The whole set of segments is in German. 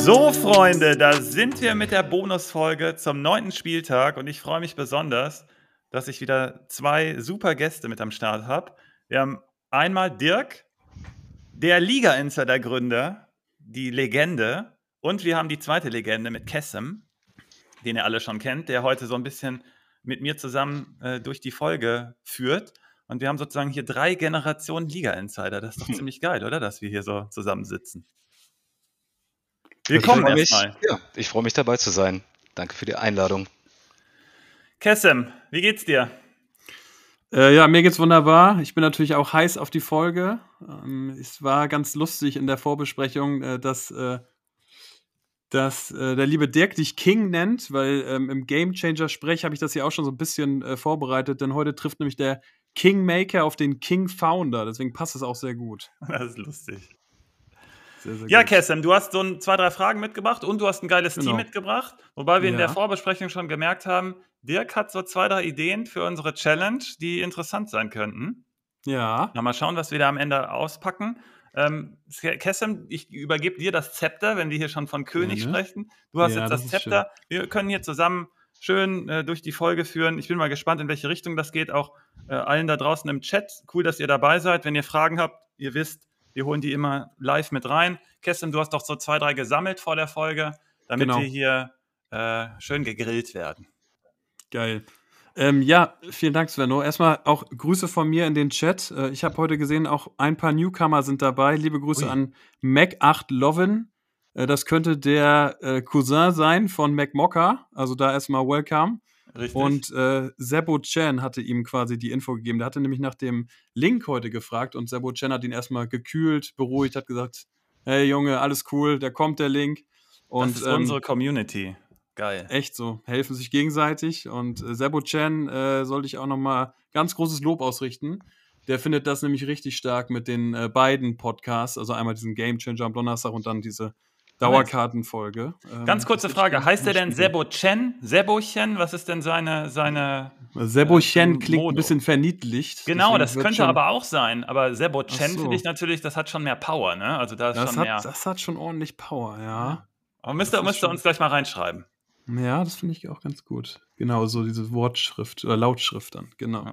So, Freunde, da sind wir mit der Bonusfolge zum 9. Spieltag und ich freue mich besonders, dass ich wieder 2 super Gäste mit am Start habe. Wir haben einmal Dirk, der Liga-Insider-Gründer, die Legende, und wir haben die zweite Legende mit Kessem, den ihr alle schon kennt, der heute so ein bisschen mit mir zusammen durch die Folge führt. Und wir haben sozusagen hier 3 Generationen Liga-Insider. Das ist doch ziemlich geil, oder? Dass wir hier so zusammensitzen. Willkommen erstmal. Ich freue mich dabei zu sein. Danke für die Einladung. Kessem, wie geht's dir? Ja, mir geht's wunderbar. Ich bin natürlich auch heiß auf die Folge. Es war ganz lustig in der Vorbesprechung, dass der liebe Dirk dich King nennt, weil im Gamechanger-Sprech habe ich das hier auch schon so ein bisschen vorbereitet, denn heute trifft nämlich der Kingmaker auf den King Founder. Deswegen passt es auch sehr gut. Das ist lustig. Sehr, sehr Ja, gut. Kessem, du hast so 2, 3 Fragen mitgebracht und du hast ein geiles Genau. Team mitgebracht. Wobei wir in der Ja. Vorbesprechung schon gemerkt haben, Dirk hat so 2, 3 Ideen für unsere Challenge, die interessant sein könnten. Ja. Na, mal schauen, was wir da am Ende auspacken. Kessem, ich übergebe dir das Zepter, wenn wir hier schon von König Gerne. sprechen. Du hast Ja, jetzt das das ist Zepter. Wir können hier zusammen schön durch die Folge führen. Ich bin mal gespannt, in welche Richtung das geht. Auch allen da draußen im Chat. Cool, dass ihr dabei seid. Wenn ihr Fragen habt, ihr wisst, wir holen die immer live mit rein. Kessem, du hast doch so 2, 3 gesammelt vor der Folge, damit Genau. wir hier schön gegrillt werden. Geil. Ja, vielen Dank, Svenno. Erstmal auch Grüße von mir in den Chat. Ich habe heute gesehen, auch ein paar Newcomer sind dabei. Liebe Grüße Ui. an Mac8Lovin. Das könnte der Cousin sein von Mac Mocker. Also da erstmal welcome. Richtig. Und Sebo Chen hatte ihm quasi die Info gegeben. Der hatte nämlich nach dem Link heute gefragt und Sebo Chen hat ihn erstmal gekühlt, beruhigt, hat gesagt, hey Junge, alles cool, da kommt der Link. Und, das ist unsere Community. Geil. Echt so, helfen sich gegenseitig. Und Sebo Chen sollte ich auch nochmal ganz großes Lob ausrichten. Der findet das nämlich richtig stark mit den beiden Podcasts. Also einmal diesen Game Changer am Donnerstag und dann diese Dauerkartenfolge. Ganz kurze Frage, heißt der denn Sebo Chen? Sebo Chen, was ist denn seine Sebo Chen klingt Modo? ein bisschen verniedlicht. Genau, das könnte aber auch sein. Aber Sebo Chen finde ich natürlich, das hat schon mehr Power, ne? Also da ist das schon mehr. Das hat schon ordentlich Power, ja. Aber müsst ihr uns gleich mal reinschreiben. Ja, das finde ich auch ganz gut. Genau, so diese Wortschrift oder Lautschrift dann, genau.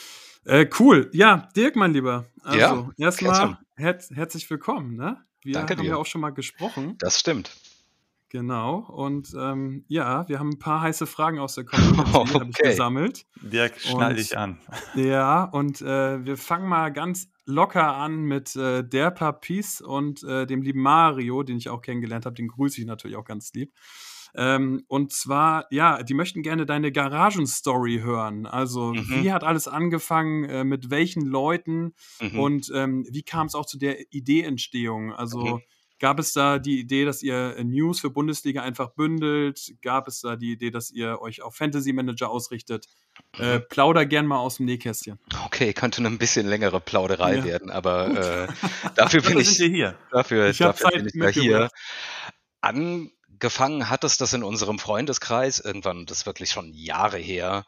Cool. Ja, Dirk, mein Lieber. Also, erstmal herzlich willkommen, ne? Danke haben dir. ja auch schon mal gesprochen. Das stimmt. Genau. Und ja, wir haben ein paar heiße Fragen aus der Community, habe ich gesammelt. Dirk, schnall dich an. Ja, und wir fangen mal ganz locker an mit der Papis und dem lieben Mario, den ich auch kennengelernt habe. Den grüße ich natürlich auch ganz lieb. Und zwar, ja, die möchten gerne deine Garagenstory hören. Also, wie hat alles angefangen, mit welchen Leuten und wie kam es auch zu der Ideeentstehung? Also, gab es da die Idee, dass ihr News für Bundesliga einfach bündelt? Gab es da die Idee, dass ihr euch auf Fantasy Manager ausrichtet? Plauder gern mal aus dem Nähkästchen. Okay, könnte eine ein bisschen längere Plauderei werden, aber dafür bin ich hier. Dafür bin ich ja hier. Angefangen hat es das in unserem Freundeskreis, irgendwann, das ist wirklich schon Jahre her,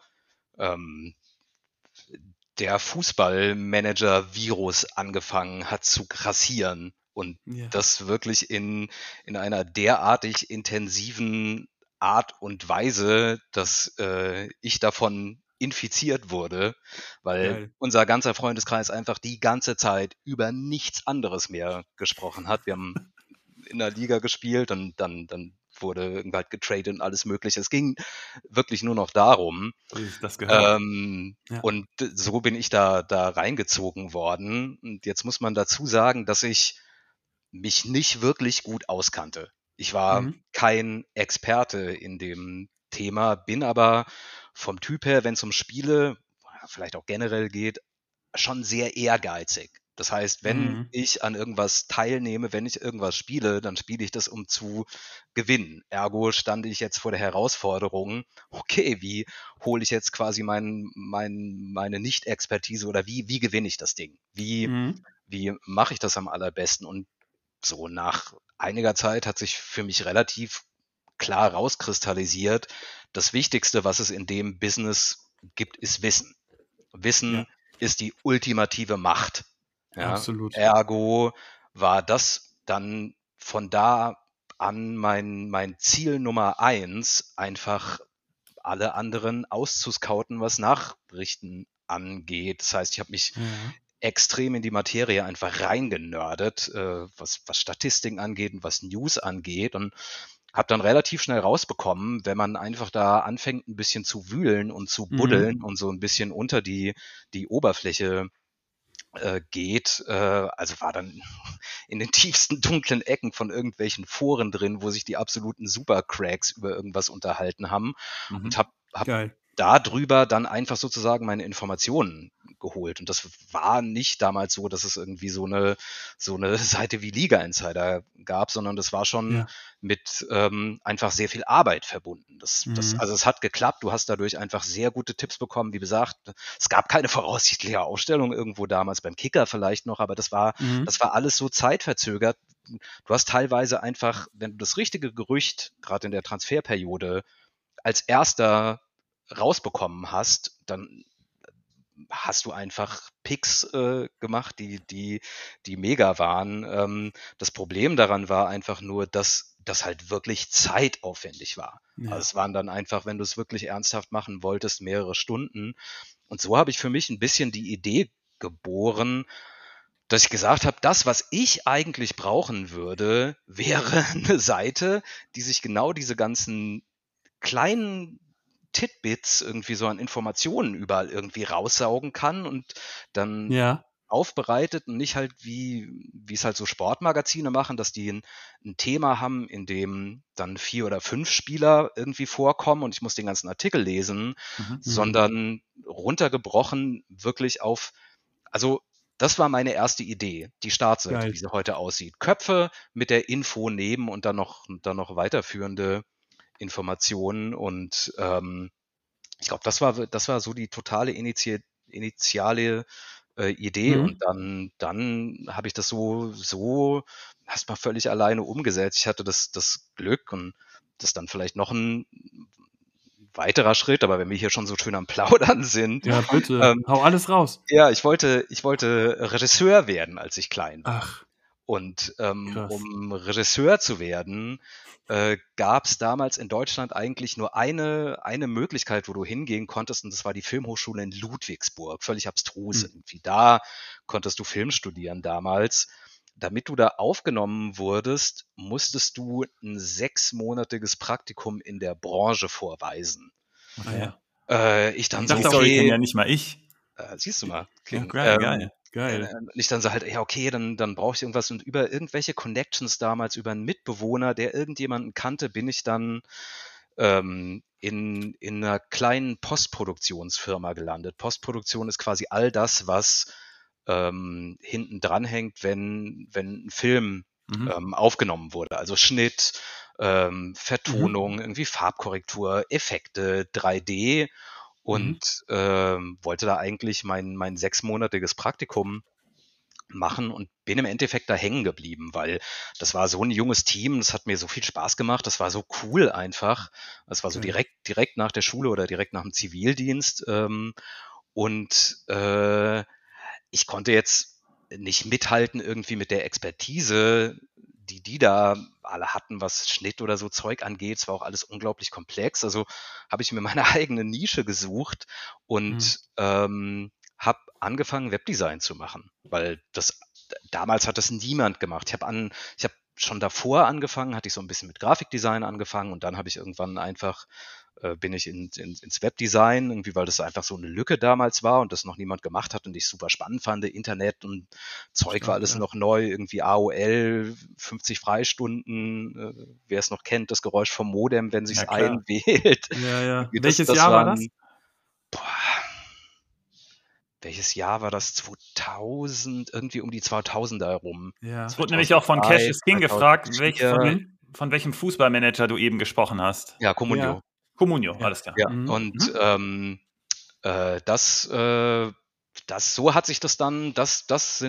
der Fußballmanager-Virus angefangen hat zu grassieren und das wirklich in einer derartig intensiven Art und Weise, dass ich davon infiziert wurde, weil unser ganzer Freundeskreis einfach die ganze Zeit über nichts anderes mehr gesprochen hat. Wir haben in der Liga gespielt und dann wurde irgendwann getradet und alles Mögliche. Es ging wirklich nur noch darum. Das gehört. Und so bin ich da reingezogen worden. Und jetzt muss man dazu sagen, dass ich mich nicht wirklich gut auskannte. Ich war kein Experte in dem Thema, bin aber vom Typ her, wenn es um Spiele, vielleicht auch generell geht, schon sehr ehrgeizig. Das heißt, wenn ich an irgendwas teilnehme, wenn ich irgendwas spiele, dann spiele ich das, um zu gewinnen. Ergo stand ich jetzt vor der Herausforderung, okay, wie hole ich jetzt quasi meine Nicht-Expertise oder wie gewinne ich das Ding? Wie mache ich das am allerbesten? Und so nach einiger Zeit hat sich für mich relativ klar rauskristallisiert, das Wichtigste, was es in dem Business gibt, ist Wissen. Wissen ist die ultimative Macht. Ja, Absolut. Ergo war das dann von da an mein Ziel Nummer 1, einfach alle anderen auszuscouten, was Nachrichten angeht. Das heißt, ich habe mich extrem in die Materie einfach reingenördet, was Statistiken angeht und was News angeht, und habe dann relativ schnell rausbekommen, wenn man einfach da anfängt, ein bisschen zu wühlen und zu buddeln und so ein bisschen unter die Oberfläche geht, also war dann in den tiefsten dunklen Ecken von irgendwelchen Foren drin, wo sich die absoluten Supercracks über irgendwas unterhalten haben, und hab darüber dann einfach sozusagen meine Informationen geholt. Und das war nicht damals so, dass es irgendwie so eine Seite wie Liga Insider gab, sondern das war schon mit einfach sehr viel Arbeit verbunden. Also es hat geklappt. Du hast dadurch einfach sehr gute Tipps bekommen. Wie gesagt, es gab keine voraussichtliche Ausstellung irgendwo damals, beim Kicker vielleicht noch, aber das war alles so zeitverzögert. Du hast teilweise einfach, wenn du das richtige Gerücht gerade in der Transferperiode als erster rausbekommen hast, dann hast du einfach Picks gemacht, die mega waren. Das Problem daran war einfach nur, dass das halt wirklich zeitaufwendig war. Also es waren dann einfach, wenn du es wirklich ernsthaft machen wolltest, mehrere Stunden. Und so habe ich für mich ein bisschen die Idee geboren, dass ich gesagt habe, das, was ich eigentlich brauchen würde, wäre eine Seite, die sich genau diese ganzen kleinen Titbits irgendwie so an Informationen überall irgendwie raussaugen kann und dann aufbereitet und nicht halt wie es halt so Sportmagazine machen, dass die ein Thema haben, in dem dann 4 oder 5 Spieler irgendwie vorkommen und ich muss den ganzen Artikel lesen, sondern runtergebrochen wirklich auf, also das war meine erste Idee, die Startseite, wie sie heute aussieht. Köpfe mit der Info neben und dann noch weiterführende Informationen, und ich glaube, das war so die totale initiale Idee, und dann habe ich das so erstmal völlig alleine umgesetzt. Ich hatte das Glück, und das ist dann vielleicht noch ein weiterer Schritt, aber wenn wir hier schon so schön am Plaudern sind. Ja, bitte, hau alles raus. Ja, ich wollte Regisseur werden, als ich klein war. Ach. Und um Regisseur zu werden, gab es damals in Deutschland eigentlich nur eine Möglichkeit, wo du hingehen konntest, und das war die Filmhochschule in Ludwigsburg. Völlig abstrus irgendwie. Da konntest du Film studieren damals. Damit du da aufgenommen wurdest, musstest du ein 6-monatiges Praktikum in der Branche vorweisen. Ich dachte, okay, ja nicht mal ich. Siehst du mal. Ja, geil. Ich dann so halt, ja okay, dann brauche ich irgendwas, und über irgendwelche Connections damals, über einen Mitbewohner, der irgendjemanden kannte, bin ich dann in einer kleinen Postproduktionsfirma gelandet. Postproduktion ist quasi all das, was hinten dran hängt, wenn ein Film aufgenommen wurde. Also Schnitt, Vertonung, irgendwie Farbkorrektur, Effekte, 3D. Und wollte da eigentlich mein 6-monatiges Praktikum machen und bin im Endeffekt da hängen geblieben, weil das war so ein junges Team, das hat mir so viel Spaß gemacht, das war so cool einfach. Das war so direkt nach der Schule oder direkt nach dem Zivildienst. Und ich konnte jetzt nicht mithalten irgendwie mit der Expertise, die da alle hatten, was Schnitt oder so Zeug angeht. Es war auch alles unglaublich komplex. Also habe ich mir meine eigene Nische gesucht und habe angefangen, Webdesign zu machen, weil damals hat das niemand gemacht. Ich habe schon davor angefangen, hatte ich so ein bisschen mit Grafikdesign angefangen, und dann habe ich irgendwann einfach bin ich ins Webdesign, irgendwie, weil das einfach so eine Lücke damals war und das noch niemand gemacht hat und ich super spannend fand. Internet und Zeug war alles noch neu, irgendwie AOL, 50 Freistunden, wer es noch kennt, das Geräusch vom Modem, wenn sich's einwählt. Ja. Welches Jahr war das? Welches Jahr war das? 2000, irgendwie um die 2000er herum. Ja. Es wurde nämlich auch von Cash is King gefragt, von welchem Fußballmanager du eben gesprochen hast. Ja, Comunio. Comunio, alles klar. Ja, und so hat sich das dann, das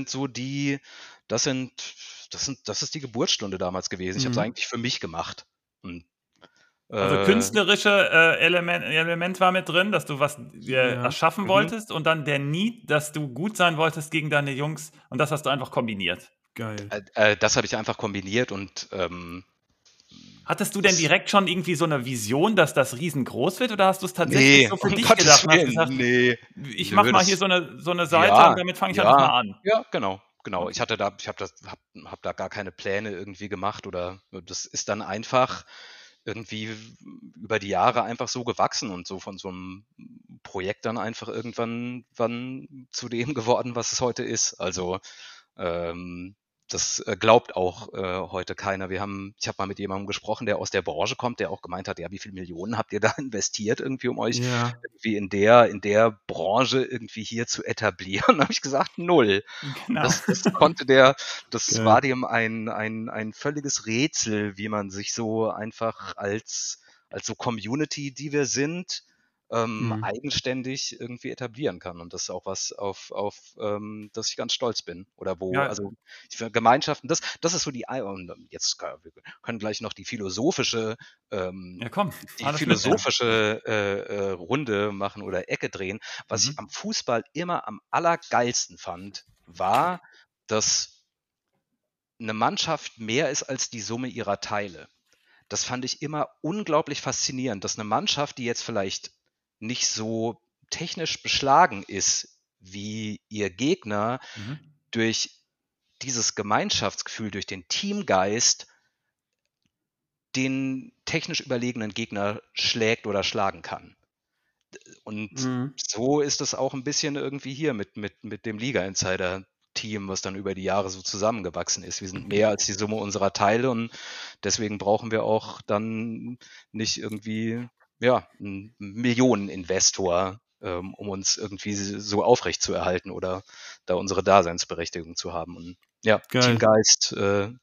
ist die Geburtsstunde damals gewesen. Ich habe es eigentlich für mich gemacht. Und, also künstlerische Element war mit drin, dass du was erschaffen wolltest, und dann der Need, dass du gut sein wolltest gegen deine Jungs, und das hast du einfach kombiniert. Geil. Das habe ich einfach kombiniert, und Hattest du denn direkt schon irgendwie so eine Vision, dass das riesengroß wird, oder hast du es tatsächlich so für dich gedacht und hast gesagt, ich mache mal hier so eine Seite und damit fange ich einfach mal an? Ja, genau. Ich habe da gar keine Pläne irgendwie gemacht, oder das ist dann einfach irgendwie über die Jahre einfach so gewachsen und so von so einem Projekt dann einfach irgendwann zu dem geworden, was es heute ist. Also das glaubt auch heute keiner. Ich habe mal mit jemandem gesprochen, der aus der Branche kommt, der auch gemeint hat, ja, wie viele Millionen habt ihr da investiert irgendwie, um euch irgendwie in der Branche irgendwie hier zu etablieren? Da habe ich gesagt, 0. Genau. Das war dem ein völliges Rätsel, wie man sich so einfach als so Community, die wir sind, eigenständig irgendwie etablieren kann. Und das ist auch was, auf das ich ganz stolz bin. Oder also Gemeinschaften, das ist so und jetzt wir können gleich noch die philosophische Runde machen oder Ecke drehen. Was ich am Fußball immer am allergeilsten fand, war, dass eine Mannschaft mehr ist als die Summe ihrer Teile. Das fand ich immer unglaublich faszinierend, dass eine Mannschaft, die jetzt vielleicht nicht so technisch beschlagen ist wie ihr Gegner, durch dieses Gemeinschaftsgefühl, durch den Teamgeist den technisch überlegenen Gegner schlägt oder schlagen kann. Und so ist es auch ein bisschen irgendwie hier mit dem Liga-Insider-Team, was dann über die Jahre so zusammengewachsen ist. Wir sind mehr als die Summe unserer Teile, und deswegen brauchen wir auch dann nicht irgendwie einen Millioneninvestor, um uns irgendwie so aufrecht zu erhalten oder da unsere Daseinsberechtigung zu haben. Und Teamgeist,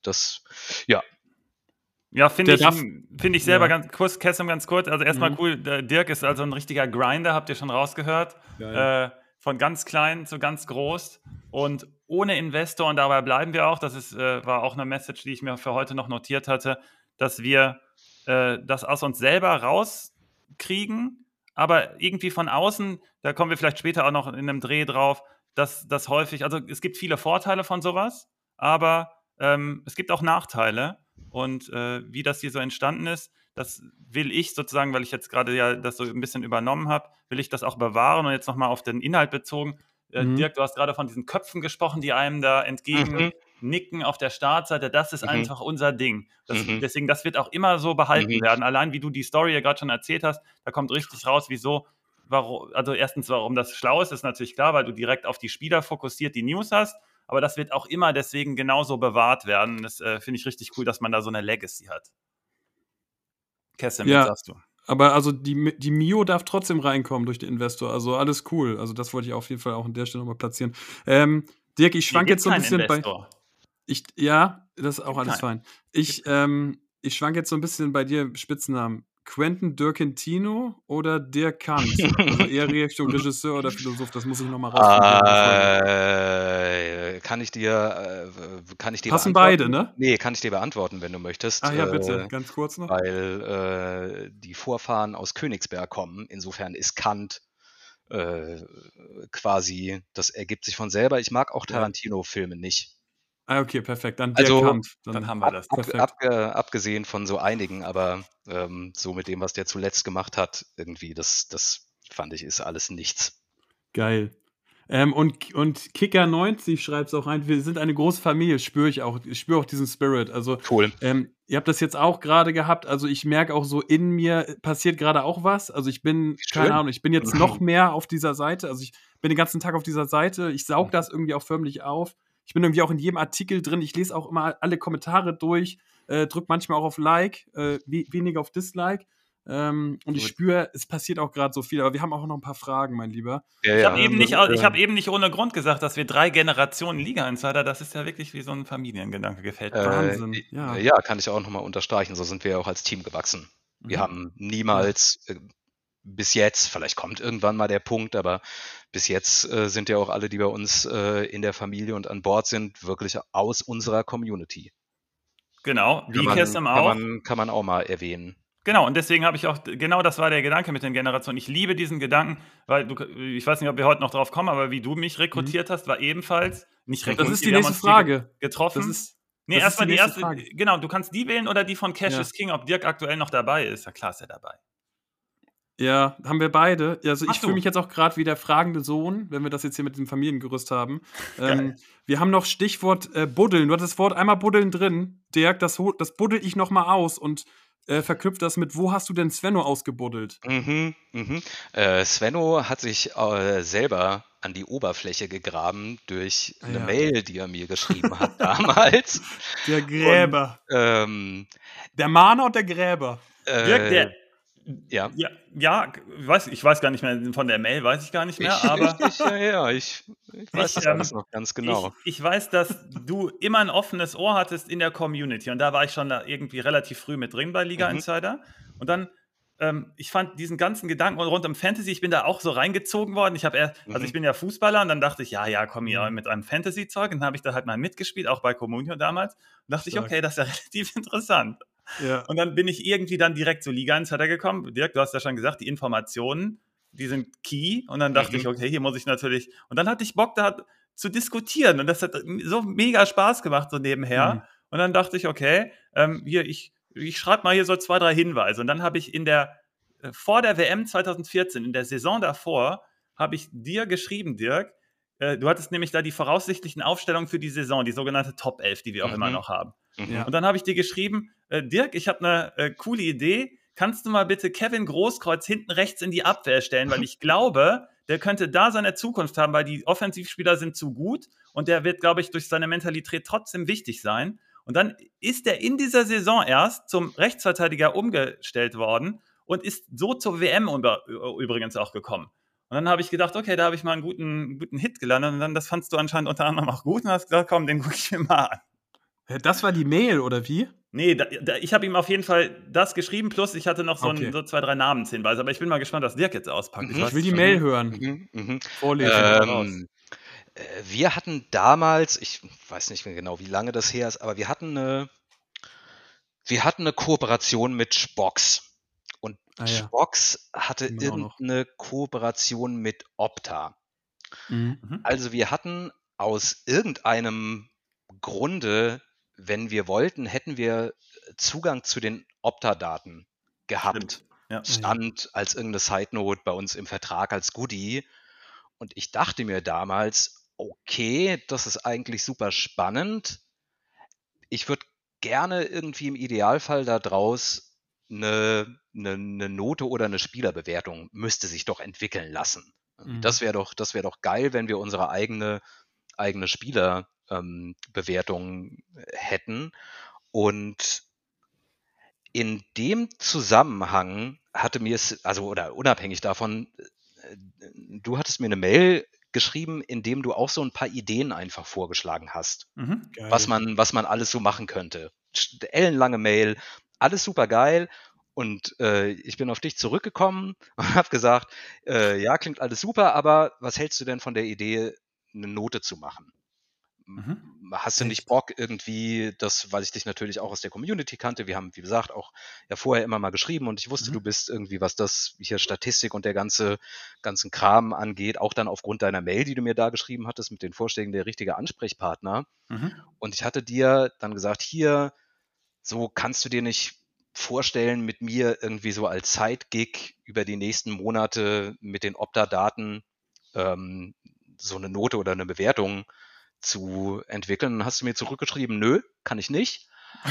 Ja, finde ich selber ganz kurz. Also erstmal cool, Dirk ist also ein richtiger Grinder, habt ihr schon rausgehört. Von ganz klein zu ganz groß und ohne Investor, und dabei bleiben wir auch. Das war auch eine Message, die ich mir für heute noch notiert hatte, dass wir das aus uns selber rauskriegen, aber irgendwie von außen, da kommen wir vielleicht später auch noch in einem Dreh drauf, dass das häufig, also es gibt viele Vorteile von sowas, aber es gibt auch Nachteile. Und wie das hier so entstanden ist, das will ich sozusagen, weil ich jetzt gerade das so ein bisschen übernommen habe, will ich das auch bewahren. Und jetzt nochmal auf den Inhalt bezogen. Dirk, du hast gerade von diesen Köpfen gesprochen, die einem da entgegen nicken auf der Startseite. Das ist einfach unser Ding. Deswegen, das wird auch immer so behalten werden. Allein wie du die Story ja gerade schon erzählt hast, da kommt richtig raus, also erstens, warum das schlau ist natürlich klar, weil du direkt auf die Spieler fokussiert die News hast. Aber das wird auch immer deswegen genauso bewahrt werden. Das finde ich richtig cool, dass man da so eine Legacy hat. Kessim, was sagst du? Aber also die Mio darf trotzdem reinkommen durch den Investor. Also alles cool. Also das wollte ich auf jeden Fall auch an der Stelle nochmal platzieren. Dirk, ich schwank jetzt so ein bisschen Investor. Das ist auch alles fein. Ich schwank jetzt so ein bisschen bei dir Spitznamen. Quentin Dirkentino oder Dirk Kant? Also eher Richtung Regisseur oder Philosoph, das muss ich nochmal rausfinden. Kann ich dir Passen beide, ne? Nee, kann ich dir beantworten, wenn du möchtest. Ja, bitte, ganz kurz noch. Weil die Vorfahren aus Königsberg kommen. Insofern ist Kant quasi, das ergibt sich von selber. Ich mag auch Tarantino-Filme nicht. Okay, perfekt. Dann Kant. Dann haben wir das. Abgesehen von so einigen, aber so mit dem, was der zuletzt gemacht hat, irgendwie, das fand ich, ist alles nichts. Geil. Und Kicker90 schreibt es auch rein, wir sind eine große Familie, spüre ich auch. Ich spüre auch diesen Spirit. Also, cool. Ihr habt das jetzt auch gerade gehabt, also ich merke auch so, in mir passiert gerade auch was. Also ich bin, keine Ahnung, ich bin jetzt noch mehr auf dieser Seite. Also ich bin den ganzen Tag auf dieser Seite. Ich saug das irgendwie auch förmlich auf. Ich bin irgendwie auch in jedem Artikel drin. Ich lese auch immer alle Kommentare durch, drücke manchmal auch auf Like, weniger auf Dislike. Und ich spüre, es passiert auch gerade so viel. Aber wir haben auch noch ein paar Fragen, mein Lieber. Ich habe eben nicht ohne Grund gesagt, dass wir 3 Generationen Liga-Insider, das ist ja wirklich wie so ein Familiengedanke, gefällt mir. Wahnsinn. Ja, kann ich auch nochmal unterstreichen. So sind wir ja auch als Team gewachsen. Wir haben niemals bis jetzt, vielleicht kommt irgendwann mal der Punkt, aber bis jetzt sind ja auch alle, die bei uns in der Familie und an Bord sind, wirklich aus unserer Community. Genau, wie Kessim auch. Kann man auch mal erwähnen. Genau, und deswegen habe ich auch, genau das war der Gedanke mit den Generationen. Ich liebe diesen Gedanken, weil ich weiß nicht, ob wir heute noch drauf kommen, aber wie du mich rekrutiert hast, war ebenfalls nicht rekrutiert. Das ist die nächste Frage. Getroffen. Nee, Das ist erstmal die die nächste erste, Frage. genau, du kannst die wählen oder die von Cash Ja. is King, ob Dirk aktuell noch dabei ist. Ja klar ist er dabei. Ja, haben wir beide. Also, ich Mach fühle du. mich jetzt auch gerade wie der fragende Sohn, wenn wir das jetzt hier mit diesem Familiengerüst haben. Geil. Wir haben noch Stichwort, Buddeln. Du hattest das Wort einmal Buddeln drin. Dirk, das buddel ich noch mal aus und, verknüpfe das mit: Wo hast du denn Svenno ausgebuddelt? Svenno hat sich selber an die Oberfläche gegraben durch Ah eine ja. Mail, die er mir geschrieben hat damals. Der Und Gräber. Der Mahner und der Gräber. Dirk, der. Ja. Ja, ich weiß gar nicht mehr, von der Mail weiß ich gar nicht mehr, aber ich weiß das alles noch ganz genau. ich weiß, dass du immer ein offenes Ohr hattest in der Community und da war ich schon da irgendwie relativ früh mit drin bei Liga Insider und dann ich fand diesen ganzen Gedanken rund um Fantasy, ich bin da auch so reingezogen worden. Also ich bin ja Fußballer und dann dachte ich, ja, komm hier mit einem Fantasy-Zeug. Und dann habe ich da halt mal mitgespielt, auch bei Comunio damals. Und dachte ich, okay, das ist ja relativ interessant. Ja. Und dann bin ich irgendwie dann direkt zur Liga Insider gekommen. Dirk, du hast ja schon gesagt, die Informationen, die sind key. Und dann dachte ich, okay, hier muss ich natürlich. Und dann hatte ich Bock, da zu diskutieren. Und das hat so mega Spaß gemacht, so nebenher. Und dann dachte ich, okay, hier, ich schreibe mal hier so 2, 3 Hinweise. Und dann habe ich vor der WM 2014, in der Saison davor, habe ich dir geschrieben, Dirk. Du hattest nämlich da die voraussichtlichen Aufstellungen für die Saison, die sogenannte Top 11, die wir auch immer noch haben. Ja. Und dann habe ich dir geschrieben, Dirk, ich habe eine coole Idee. Kannst du mal bitte Kevin Großkreuz hinten rechts in die Abwehr stellen, weil ich glaube, der könnte da seine Zukunft haben, weil die Offensivspieler sind zu gut und der wird, glaube ich, durch seine Mentalität trotzdem wichtig sein. Und dann ist er in dieser Saison erst zum Rechtsverteidiger umgestellt worden und ist so zur WM übrigens auch gekommen. Und dann habe ich gedacht, okay, da habe ich mal einen guten Hit gelandet und dann, das fandst du anscheinend unter anderem auch gut und hast gesagt, komm, den gucke ich mir mal an. Das war die Mail, oder wie? Nee, ich habe ihm auf jeden Fall das geschrieben, plus ich hatte noch so 2, 3 Namenshinweise, aber ich bin mal gespannt, was Dirk jetzt auspackt. Ich will die Mail hören. Vorlesen. Wir hatten damals, ich weiß nicht mehr genau, wie lange das her ist, aber wir hatten eine Kooperation mit Spox. Und Spox hatte irgendeine Kooperation mit Opta. Also wir hatten aus irgendeinem Grunde, wenn wir wollten, hätten wir Zugang zu den Opta-Daten gehabt. Ja. Stand als irgendeine Side-Note bei uns im Vertrag als Goodie. Und ich dachte mir damals, okay, das ist eigentlich super spannend. Ich würde gerne irgendwie im Idealfall da draus eine Note oder eine Spielerbewertung müsste sich doch entwickeln lassen. Das wäre doch geil, wenn wir unsere eigene Spielerbewertung hätten. Und in dem Zusammenhang hatte mir es, also oder unabhängig davon, du hattest mir eine Mail geschrieben, in dem du auch so ein paar Ideen einfach vorgeschlagen hast, was man alles so machen könnte. Ellenlange Mail, alles super geil. Und ich bin auf dich zurückgekommen und habe gesagt, ja, klingt alles super, aber was hältst du denn von der Idee, eine Note zu machen? Hast du nicht Bock irgendwie, weil ich dich natürlich auch aus der Community kannte, wir haben, wie gesagt, auch ja vorher immer mal geschrieben und ich wusste, du bist irgendwie, was das hier Statistik und der ganzen Kram angeht, auch dann aufgrund deiner Mail, die du mir da geschrieben hattest, mit den Vorschlägen der richtige Ansprechpartner. Und ich hatte dir dann gesagt, hier, so kannst du dir nicht vorstellen, mit mir irgendwie so als Side-Gig über die nächsten Monate mit den Opta-Daten so eine Note oder eine Bewertung zu entwickeln. Dann hast du mir zurückgeschrieben, nö, kann ich nicht.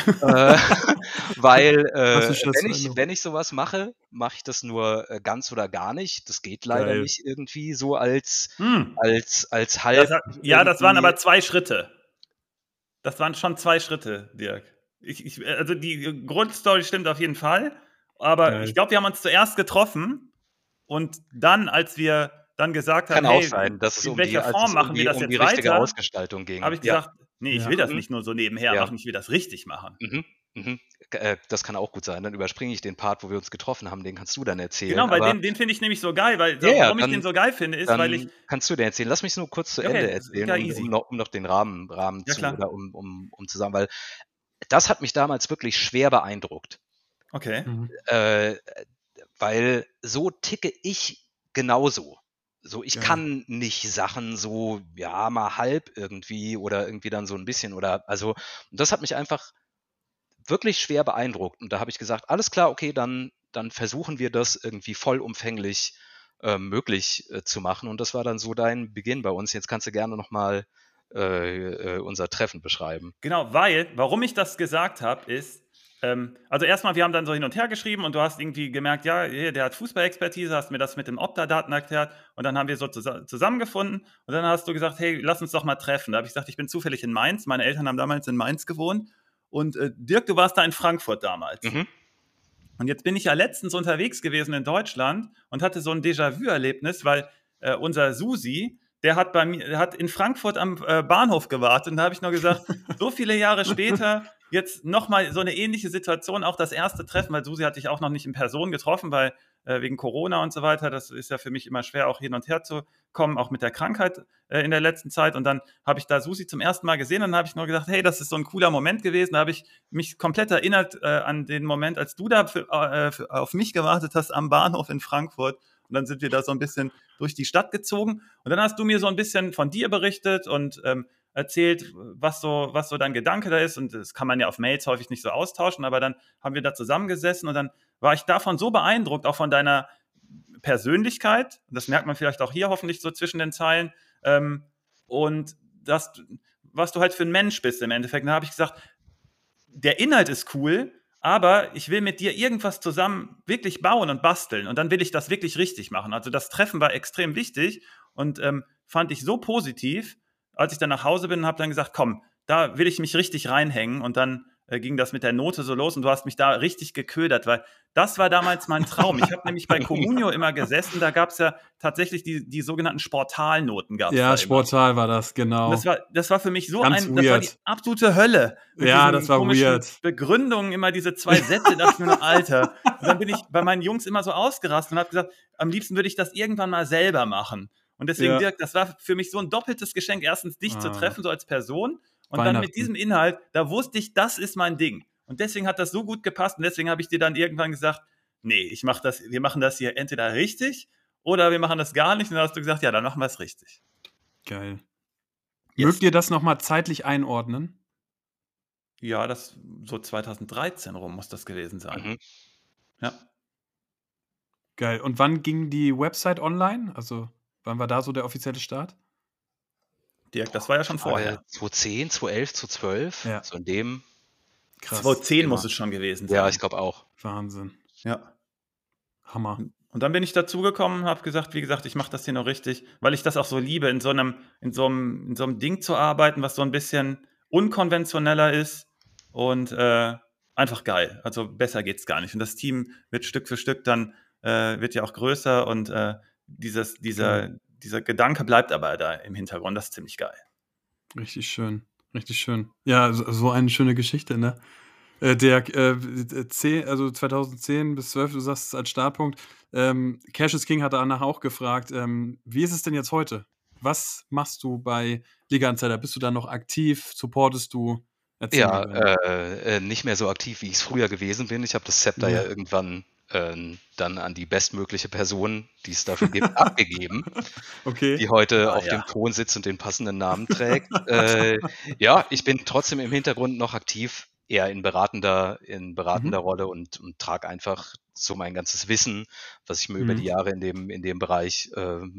Weil wenn ich sowas mache, mache ich das nur ganz oder gar nicht. Das geht leider nicht irgendwie so als halb. Das waren aber 2 Schritte. Das waren schon 2 Schritte, Dirk. Also die Grundstory stimmt auf jeden Fall, aber ich glaube, wir haben uns zuerst getroffen und dann, als wir dann gesagt haben, kann auch sein, dass es in welcher Form machen wir das um jetzt die richtige weiter, Ausgestaltung ging. habe ich gesagt, nee, ich will das nicht nur so nebenher machen, ich will das richtig machen. Das kann auch gut sein. Dann überspringe ich den Part, wo wir uns getroffen haben, den kannst du dann erzählen. Genau, weil den finde ich nämlich so geil, warum ich den so geil finde, ist, weil ich... Kannst du den erzählen? Lass mich nur kurz zu Ende erzählen, um noch den Rahmen zu, oder um zu sagen, weil das hat mich damals wirklich schwer beeindruckt. Okay. Weil so ticke ich genauso. So, ich Geil. kann nicht Sachen so, ja, mal halb irgendwie oder irgendwie dann so ein bisschen oder also, das hat mich einfach wirklich schwer beeindruckt. Und da habe ich gesagt: „Alles klar, okay, dann versuchen wir das irgendwie vollumfänglich, möglich, zu machen.“ Und das war dann so dein Beginn bei uns. Jetzt kannst du gerne noch mal, unser Treffen beschreiben. Genau, warum ich das gesagt habe, ist, also erstmal, wir haben dann so hin und her geschrieben und du hast irgendwie gemerkt, ja, hier, der hat Fußballexpertise, hast mir das mit den Opta-Daten erklärt und dann haben wir so zusammengefunden und dann hast du gesagt, hey, lass uns doch mal treffen. Da habe ich gesagt, ich bin zufällig in Mainz, meine Eltern haben damals in Mainz gewohnt und Dirk, du warst da in Frankfurt damals. Mhm. Und jetzt bin ich ja letztens unterwegs gewesen in Deutschland und hatte so ein Déjà-vu-Erlebnis, weil unser Susi, der hat in Frankfurt am Bahnhof gewartet und da habe ich nur gesagt, so viele Jahre später jetzt nochmal so eine ähnliche Situation, auch das erste Treffen, weil Susi hatte ich auch noch nicht in Person getroffen, weil wegen Corona und so weiter, das ist ja für mich immer schwer, auch hin und her zu kommen, auch mit der Krankheit in der letzten Zeit. Und dann habe ich da Susi zum ersten Mal gesehen und dann habe ich nur gedacht, hey, das ist so ein cooler Moment gewesen. Da habe ich mich komplett erinnert an den Moment, als du da auf mich gewartet hast am Bahnhof in Frankfurt. Und dann sind wir da so ein bisschen durch die Stadt gezogen. Und dann hast du mir so ein bisschen von dir berichtet und erzählt, was so dein Gedanke da ist. Und das kann man ja auf Mails häufig nicht so austauschen, aber dann haben wir da zusammengesessen und dann war ich davon so beeindruckt, auch von deiner Persönlichkeit. Das merkt man vielleicht auch hier hoffentlich so zwischen den Zeilen. Und das, was du halt für ein Mensch bist im Endeffekt. Da habe ich gesagt, der Inhalt ist cool, aber ich will mit dir irgendwas zusammen wirklich bauen und basteln und dann will ich das wirklich richtig machen. Also das Treffen war extrem wichtig und fand ich so positiv, als ich dann nach Hause bin und habe dann gesagt, komm, da will ich mich richtig reinhängen und dann ging das mit der Note so los und du hast mich da richtig geködert, weil das war damals mein Traum. Ich habe nämlich bei Communio immer gesessen, da gab es ja tatsächlich die sogenannten Sportalnoten gab's Ja, da immer. Sportal war das, genau. Und das war für mich so Ganz das war die weird. absolute Hölle. Mit Ja, diesen das war komischen weird. Begründungen, immer diese 2 Sätze, da dachte ich mir nur, Alter. Und dann bin ich bei meinen Jungs immer so ausgerastet und habe gesagt, am liebsten würde ich das irgendwann mal selber machen. Und deswegen, Ja. Dirk, das war für mich so ein doppeltes Geschenk. Erstens, dich zu treffen, so als Person. Und dann mit Weihnachten. diesem Inhalt, da wusste ich, das ist mein Ding. Und deswegen hat das so gut gepasst. Und deswegen habe ich dir dann irgendwann gesagt, nee, wir machen das hier entweder richtig oder wir machen das gar nicht. Und dann hast du gesagt, ja, dann machen wir es richtig. Geil. Yes. Mögt ihr das nochmal zeitlich einordnen? Ja, das so 2013 rum muss das gewesen sein. Mhm. Ja. Geil. Und wann ging die Website online? Also, wann war da so der offizielle Start? Dirk, das war ja schon vorher. 2010, 2011, 2012, Ja. so in dem. Krass. 2010 Immer. muss es schon gewesen sein. Ja, ich glaube auch. Wahnsinn. Ja. Hammer. Und dann bin ich dazugekommen und habe gesagt, wie gesagt, ich mache das hier noch richtig, weil ich das auch so liebe, in so einem Ding zu arbeiten, was so ein bisschen unkonventioneller ist und einfach geil. Also besser geht's gar nicht. Und das Team wird Stück für Stück dann wird ja auch größer und dieser Gedanke bleibt aber da im Hintergrund. Das ist ziemlich geil. Richtig schön. Richtig schön. Ja, so eine schöne Geschichte, ne? Dirk, 2010 bis 12, du sagst es als Startpunkt. Cassius King hat danach auch gefragt, wie ist es denn jetzt heute? Was machst du bei Liga Insider? Bist du da noch aktiv? Supportest du? Erzähl mal gerne. Nicht mehr so aktiv, wie ich es früher gewesen bin. Ich habe das Zepter ja Ja. irgendwann dann an die bestmögliche Person, die es dafür gibt, abgegeben, Okay. die heute auf ja. dem Thron sitzt und den passenden Namen trägt. Ja, ich bin trotzdem im Hintergrund noch aktiv, eher in beratender Rolle und trage einfach so mein ganzes Wissen, was ich mir über die Jahre in dem Bereich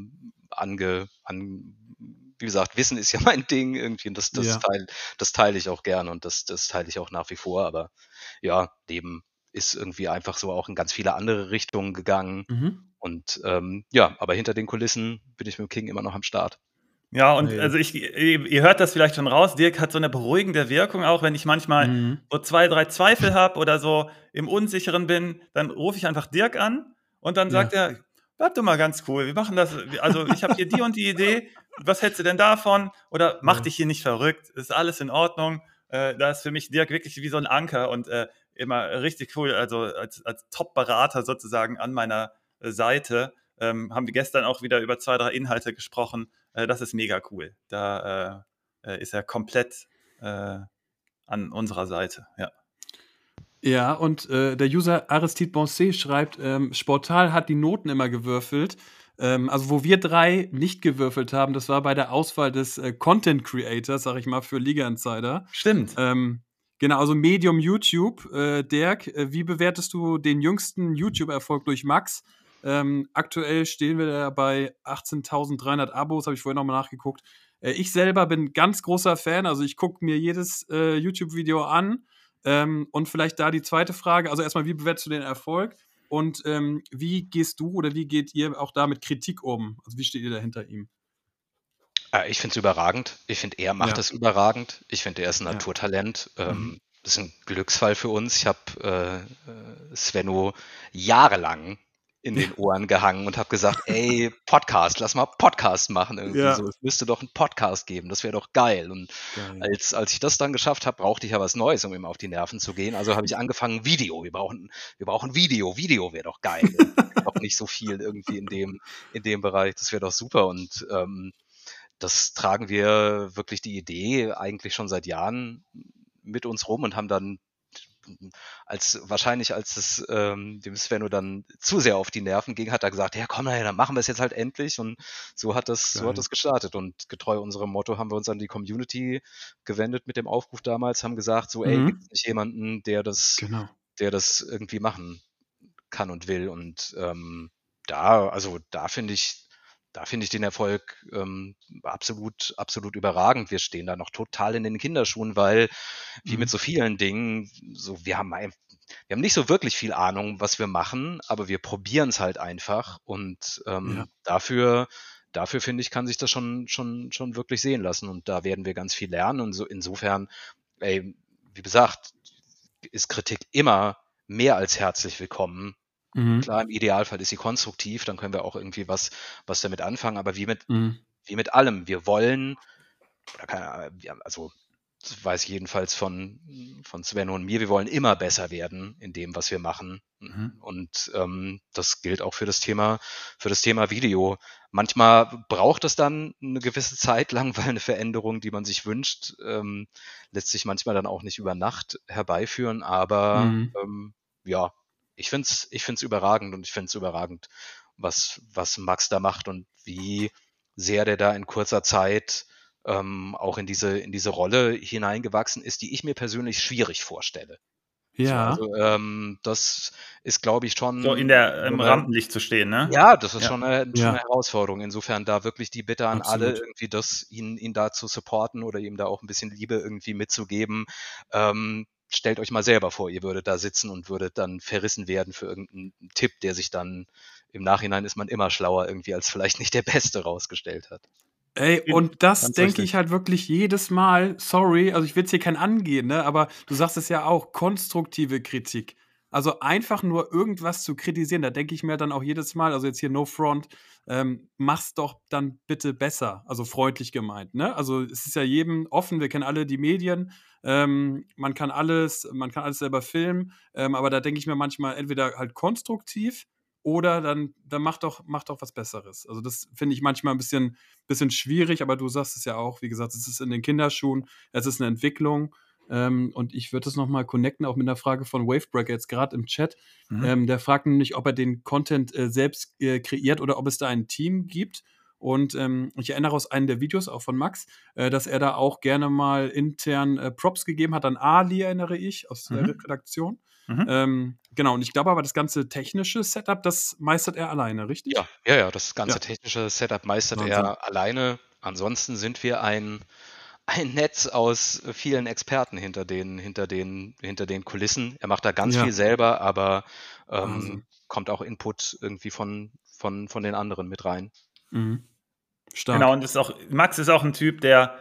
wie gesagt, Wissen ist ja mein Ding irgendwie und das Ja. teile ich auch gern und das teile ich auch nach wie vor. Aber ja, Leben ist irgendwie einfach so auch in ganz viele andere Richtungen gegangen. Und ja, aber hinter den Kulissen bin ich mit dem King immer noch am Start. Ja, und Geil. also ihr hört das vielleicht schon raus, Dirk hat so eine beruhigende Wirkung, auch wenn ich manchmal so 2, 3 Zweifel habe oder so im Unsicheren bin, dann rufe ich einfach Dirk an und dann sagt er, bleib du mal ganz cool, wir machen das, also ich habe hier die und die Idee, was hältst du denn davon? Oder mach dich hier nicht verrückt, ist alles in Ordnung. Da ist für mich Dirk wirklich wie so ein Anker und immer richtig cool, also als Top-Berater sozusagen an meiner Seite. Haben wir gestern auch wieder über 2, 3 Inhalte gesprochen. Das ist mega cool. Da ist er komplett an unserer Seite. Ja. Ja, und der User Aristide Bonset schreibt, Sportal hat die Noten immer gewürfelt. Also wo wir 3 nicht gewürfelt haben, das war bei der Auswahl des Content Creators, sag ich mal, für Liga Insider. Stimmt. Genau, also Medium YouTube. Dirk, wie bewertest du den jüngsten YouTube-Erfolg durch Max? Aktuell stehen wir da bei 18.300 Abos, habe ich vorhin nochmal nachgeguckt. Ich selber bin ganz großer Fan, also ich gucke mir jedes YouTube-Video an. Und vielleicht da die zweite Frage, also erstmal, wie bewertest du den Erfolg? Und wie gehst du oder wie geht ihr auch da mit Kritik um? Also wie steht ihr da hinter ihm? Ich finde es überragend. Ich finde, er macht es überragend. Ich finde, er ist ein Naturtalent. Das ist ein Glücksfall für uns. Ich habe Svenno jahrelang in den Ohren gehangen und habe gesagt, ey, Podcast, lass mal Podcast machen irgendwie so. Es müsste doch einen Podcast geben, das wäre doch geil. Und als ich das dann geschafft habe, brauchte ich ja was Neues, um ihm auf die Nerven zu gehen. Also habe ich angefangen, Video. Wir brauchen Video. Video wäre doch geil. Auch nicht so viel irgendwie in dem Bereich. Das wäre doch super. Und das tragen wir wirklich die Idee eigentlich schon seit Jahren mit uns rum und haben dann als es dem Svenno dann zu sehr auf die Nerven ging, hat er gesagt, ja komm, dann machen wir es jetzt halt endlich, und so hat das gestartet, und getreu unserem Motto haben wir uns an die Community gewendet mit dem Aufruf damals, haben gesagt, so ey, gibt es nicht jemanden, der das irgendwie machen kann und will, und da finde ich den Erfolg absolut überragend. Wir stehen da noch total in den Kinderschuhen, weil wie mit so vielen Dingen, wir haben nicht so wirklich viel Ahnung, was wir machen, aber wir probieren es halt einfach, und dafür finde ich, kann sich das schon wirklich sehen lassen, und da werden wir ganz viel lernen, und so insofern, wie gesagt, ist Kritik immer mehr als herzlich willkommen. Klar, im Idealfall ist sie konstruktiv, dann können wir auch irgendwie was damit anfangen, aber wie mit allem, wir wollen, also das weiß ich jedenfalls von Sven und mir, wir wollen immer besser werden in dem, was wir machen, und das gilt auch für das Thema Video. Manchmal braucht es dann eine gewisse Zeit lang, weil eine Veränderung, die man sich wünscht, lässt sich manchmal dann auch nicht über Nacht herbeiführen, aber ich find's überragend, und ich finde es überragend, was Max da macht und wie sehr der da in kurzer Zeit auch in diese Rolle hineingewachsen ist, die ich mir persönlich schwierig vorstelle. Ja. So, also das ist, glaube ich, schon so im Rampenlicht zu stehen, ne? Ja, das ist schon eine Herausforderung. Insofern da wirklich die Bitte an alle, irgendwie ihn da zu supporten oder ihm da auch ein bisschen Liebe irgendwie mitzugeben. Stellt euch mal selber vor, ihr würdet da sitzen und würdet dann verrissen werden für irgendeinen Tipp, der sich dann im Nachhinein, ist man immer schlauer irgendwie, als vielleicht nicht der Beste rausgestellt hat. Ey, und das denke ich halt wirklich jedes Mal, sorry, also ich will jetzt hier kein angehen, ne, aber du sagst es ja auch, konstruktive Kritik. Also einfach nur irgendwas zu kritisieren, da denke ich mir dann auch jedes Mal, also jetzt hier no front, mach's doch dann bitte besser, also freundlich gemeint, ne? Also es ist ja jedem offen, wir kennen alle die Medien, man kann alles selber filmen, aber da denke ich mir manchmal entweder halt konstruktiv oder dann mach doch was Besseres. Also das finde ich manchmal ein bisschen schwierig, aber du sagst es ja auch, wie gesagt, es ist in den Kinderschuhen, es ist eine Entwicklung. Und ich würde das nochmal connecten, auch mit einer Frage von Wavebreaker jetzt gerade im Chat. Der fragt nämlich, ob er den Content selbst kreiert oder ob es da ein Team gibt. Und ich erinnere aus einem der Videos, auch von Max, dass er da auch gerne mal intern Props gegeben hat an Ali, erinnere ich, aus der Redaktion. Genau, und ich glaube aber, das ganze technische Setup, das meistert er alleine, richtig? Ja, das ganze technische Setup meistert er alleine. Ansonsten sind wir ein Netz aus vielen Experten hinter den Kulissen. Er macht da ganz viel selber, aber kommt auch Input irgendwie von den anderen mit rein. Stark. Genau, und Max ist auch ein Typ, der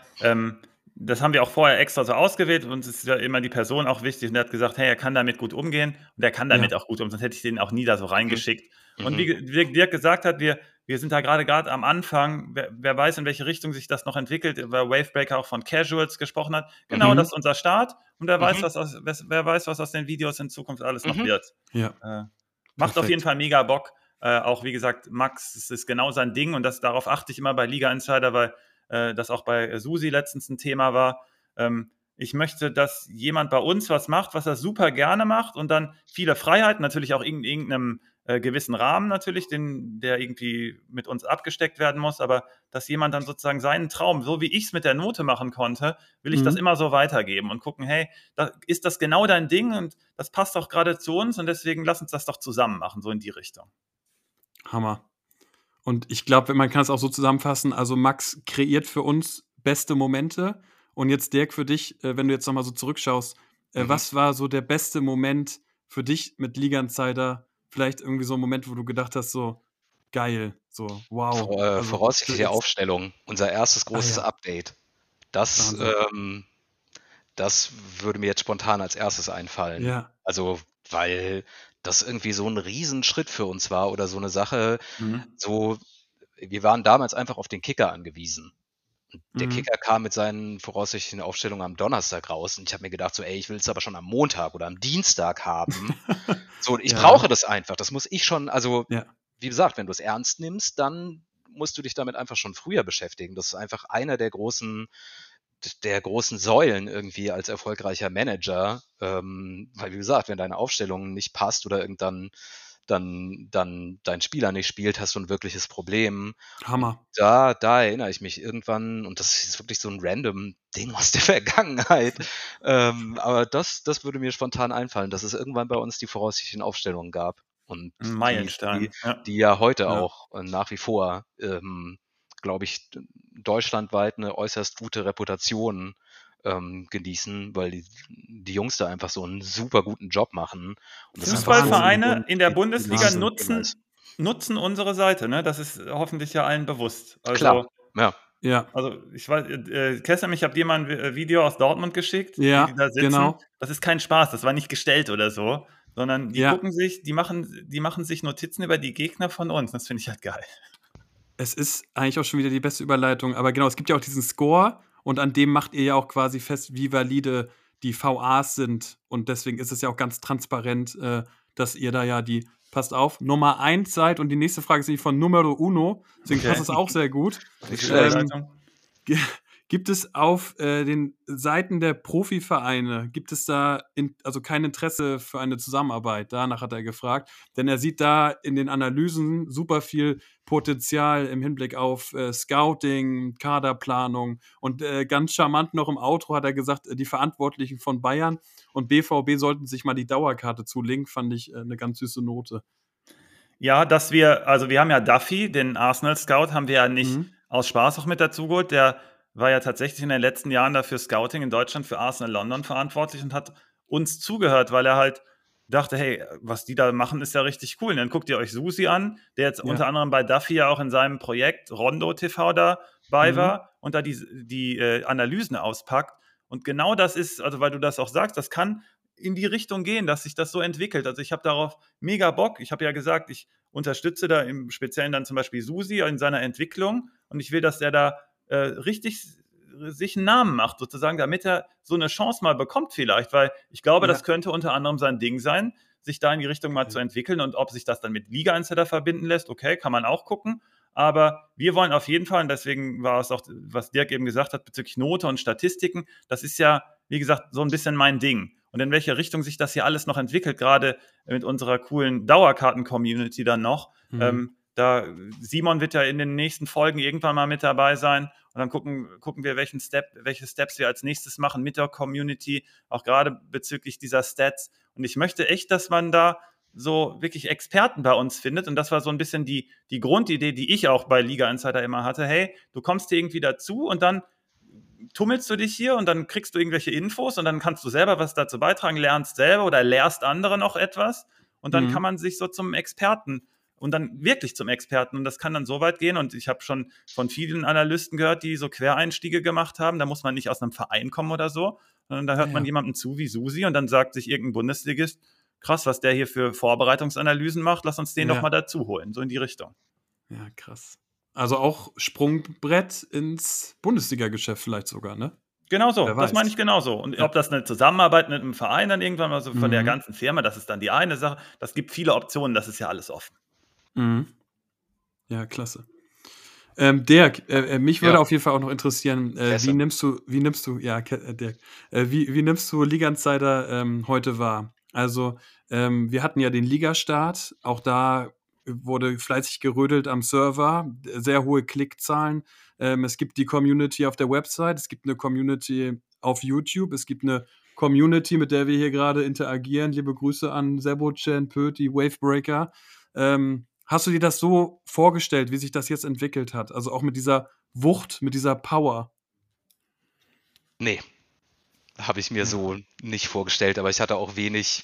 das haben wir auch vorher extra so ausgewählt, und es ist ja immer die Person auch wichtig, und er hat gesagt, hey, er kann damit gut umgehen, und er kann damit auch gut umgehen, sonst hätte ich den auch nie da so reingeschickt. Und wie Dirk gesagt hat, wir sind da gerade am Anfang, wer weiß, in welche Richtung sich das noch entwickelt, weil Wavebreaker auch von Casuals gesprochen hat. Genau, das ist unser Start, und wer weiß, was aus den Videos in Zukunft alles noch wird. Ja. Macht auf jeden Fall mega Bock. Auch wie gesagt, Max, es ist genau sein Ding, und darauf achte ich immer bei Liga Insider, weil das auch bei Susi letztens ein Thema war. Ich möchte, dass jemand bei uns was macht, was er super gerne macht, und dann viele Freiheiten, natürlich auch irgendeinem gewissen Rahmen natürlich, der irgendwie mit uns abgesteckt werden muss, aber dass jemand dann sozusagen seinen Traum, so wie ich es mit der Note machen konnte, will ich das immer so weitergeben und gucken, hey, ist das genau dein Ding und das passt auch gerade zu uns und deswegen lass uns das doch zusammen machen, so in die Richtung. Hammer. Und ich glaube, man kann es auch so zusammenfassen, also Max kreiert für uns beste Momente und jetzt Dirk für dich, wenn du jetzt nochmal so zurückschaust, was war so der beste Moment für dich mit Liga Insider? Vielleicht irgendwie so ein Moment, wo du gedacht hast, so geil, so wow. Also, Voraussichtliche jetzt, Aufstellung, unser erstes großes ja. Update. Das, das würde mir jetzt spontan als erstes einfallen. Ja. Also, weil das irgendwie so ein Riesenschritt für uns war oder so eine Sache, wir waren damals einfach auf den Kicker angewiesen. Und der Kicker kam mit seinen voraussichtlichen Aufstellungen am Donnerstag raus und ich habe mir gedacht so: „Ey, ich will es aber schon am Montag oder am Dienstag haben." So, ich brauche das einfach. Das muss ich schon, also, wie gesagt, wenn du es ernst nimmst, dann musst du dich damit einfach schon früher beschäftigen. Das ist einfach einer der großen Säulen irgendwie als erfolgreicher Manager, weil wie gesagt, wenn deine Aufstellung nicht passt oder irgendwann dann dein Spieler nicht spielt, hast du ein wirkliches Problem. Hammer. Und da erinnere ich mich irgendwann, und das ist wirklich so ein random Ding aus der Vergangenheit, aber das würde mir spontan einfallen, dass es irgendwann bei uns die voraussichtlichen Aufstellungen gab und Ein Meilenstein, die ja heute auch nach wie vor, glaube ich, deutschlandweit eine äußerst gute Reputation genießen, weil die Jungs da einfach so einen super guten Job machen. Und das Fußballvereine in der Bundesliga Wahnsinn. nutzen unsere Seite, ne? Das ist hoffentlich ja allen bewusst. Also, klar, ja. Also ich weiß, Kessem, ich habe dir mal ein Video aus Dortmund geschickt, Ja, wie die da sitzen. genau. Das ist kein Spaß, das war nicht gestellt oder so, sondern die Ja. gucken sich, die machen sich Notizen über die Gegner von uns. Das finde ich halt geil. Es ist eigentlich auch schon wieder die beste Überleitung, aber genau, es gibt ja auch diesen Score und an dem macht ihr ja auch quasi fest, wie valide die VAs sind und deswegen ist es ja auch ganz transparent, dass ihr da ja die, passt auf, Nummer 1 seid und die nächste Frage ist nämlich von Numero Uno, deswegen passt es auch sehr gut. Nicht schlecht. Gibt es auf den Seiten der Profivereine, gibt es da also kein Interesse für eine Zusammenarbeit? Danach hat er gefragt. Denn er sieht da in den Analysen super viel Potenzial im Hinblick auf Scouting, Kaderplanung. Und ganz charmant noch im Outro hat er gesagt, die Verantwortlichen von Bayern und BVB sollten sich mal die Dauerkarte zulegen. Fand ich eine ganz süße Note. Ja, also wir haben ja Duffy, den Arsenal-Scout, haben wir ja nicht aus Spaß auch mit dazu geholt. Der war ja tatsächlich in den letzten Jahren dafür Scouting in Deutschland für Arsenal London verantwortlich und hat uns zugehört, weil er halt dachte, hey, was die da machen, ist ja richtig cool. Und dann guckt ihr euch Susi an, der jetzt unter anderem bei Duffy ja auch in seinem Projekt Rondo TV dabei war und da die Analysen auspackt. Und genau das ist, also weil du das auch sagst, das kann in die Richtung gehen, dass sich das so entwickelt. Also ich habe darauf mega Bock. Ich habe ja gesagt, ich unterstütze da im Speziellen dann zum Beispiel Susi in seiner Entwicklung und ich will, dass der da richtig sich einen Namen macht, sozusagen, damit er so eine Chance mal bekommt vielleicht, weil ich glaube, das könnte unter anderem sein Ding sein, sich da in die Richtung mal zu entwickeln und ob sich das dann mit Liga Insider verbinden lässt, okay, kann man auch gucken, aber wir wollen auf jeden Fall, und deswegen war es auch, was Dirk eben gesagt hat, bezüglich Note und Statistiken, das ist ja, wie gesagt, so ein bisschen mein Ding. Und in welche Richtung sich das hier alles noch entwickelt, gerade mit unserer coolen Dauerkarten-Community dann noch, Simon wird ja in den nächsten Folgen irgendwann mal mit dabei sein und dann gucken wir, welche Steps wir als nächstes machen mit der Community, auch gerade bezüglich dieser Stats. Und ich möchte echt, dass man da so wirklich Experten bei uns findet und das war so ein bisschen die Grundidee, die ich auch bei Liga Insider immer hatte. Hey, du kommst hier irgendwie dazu und dann tummelst du dich hier und dann kriegst du irgendwelche Infos und dann kannst du selber was dazu beitragen, lernst selber oder lehrst andere noch etwas und dann kann man sich so zum Experten und dann wirklich zum Experten. Und das kann dann so weit gehen. Und ich habe schon von vielen Analysten gehört, die so Quereinstiege gemacht haben. Da muss man nicht aus einem Verein kommen oder so, sondern da hört man jemandem zu wie Susi und dann sagt sich irgendein Bundesligist, krass, was der hier für Vorbereitungsanalysen macht, lass uns den doch mal dazu holen. So in die Richtung. Ja, krass. Also auch Sprungbrett ins Bundesliga-Geschäft vielleicht sogar, ne? Genau so, das meine ich genauso. Und ob das eine Zusammenarbeit mit einem Verein dann irgendwann mal so von der ganzen Firma, das ist dann die eine Sache. Das gibt viele Optionen, das ist ja alles offen. Ja, klasse. Dirk, mich würde auf jeden Fall auch noch interessieren, wie nimmst du Liga Insider heute wahr? Also, wir hatten ja den Ligastart. Auch da wurde fleißig gerödelt am Server, sehr hohe Klickzahlen. Es gibt die Community auf der Website, es gibt eine Community auf YouTube, es gibt eine Community, mit der wir hier gerade interagieren. Liebe Grüße an Sebo, Chen, Pöti, Wavebreaker. Hast du dir das so vorgestellt, wie sich das jetzt entwickelt hat? Also auch mit dieser Wucht, mit dieser Power? Nee, habe ich mir so nicht vorgestellt, aber ich hatte auch wenig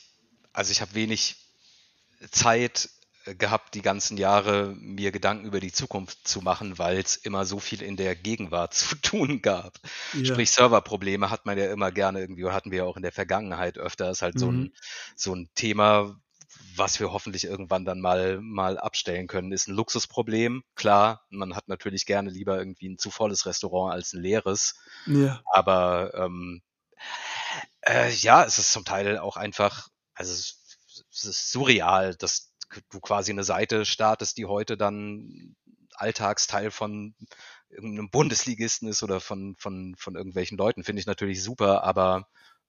Zeit gehabt, die ganzen Jahre mir Gedanken über die Zukunft zu machen, weil es immer so viel in der Gegenwart zu tun gab. Ja. Sprich, Serverprobleme hat man ja immer gerne irgendwie, oder hatten wir ja auch in der Vergangenheit öfter, ist halt so ein Thema, was wir hoffentlich irgendwann dann mal abstellen können. Ist ein Luxusproblem, klar. Man hat natürlich gerne lieber irgendwie ein zu volles Restaurant als ein leeres. Ja. Aber ja, es ist zum Teil auch einfach, also es ist surreal, dass du quasi eine Seite startest, die heute dann Alltagsteil von irgendeinem Bundesligisten ist oder von irgendwelchen Leuten, finde ich natürlich super, aber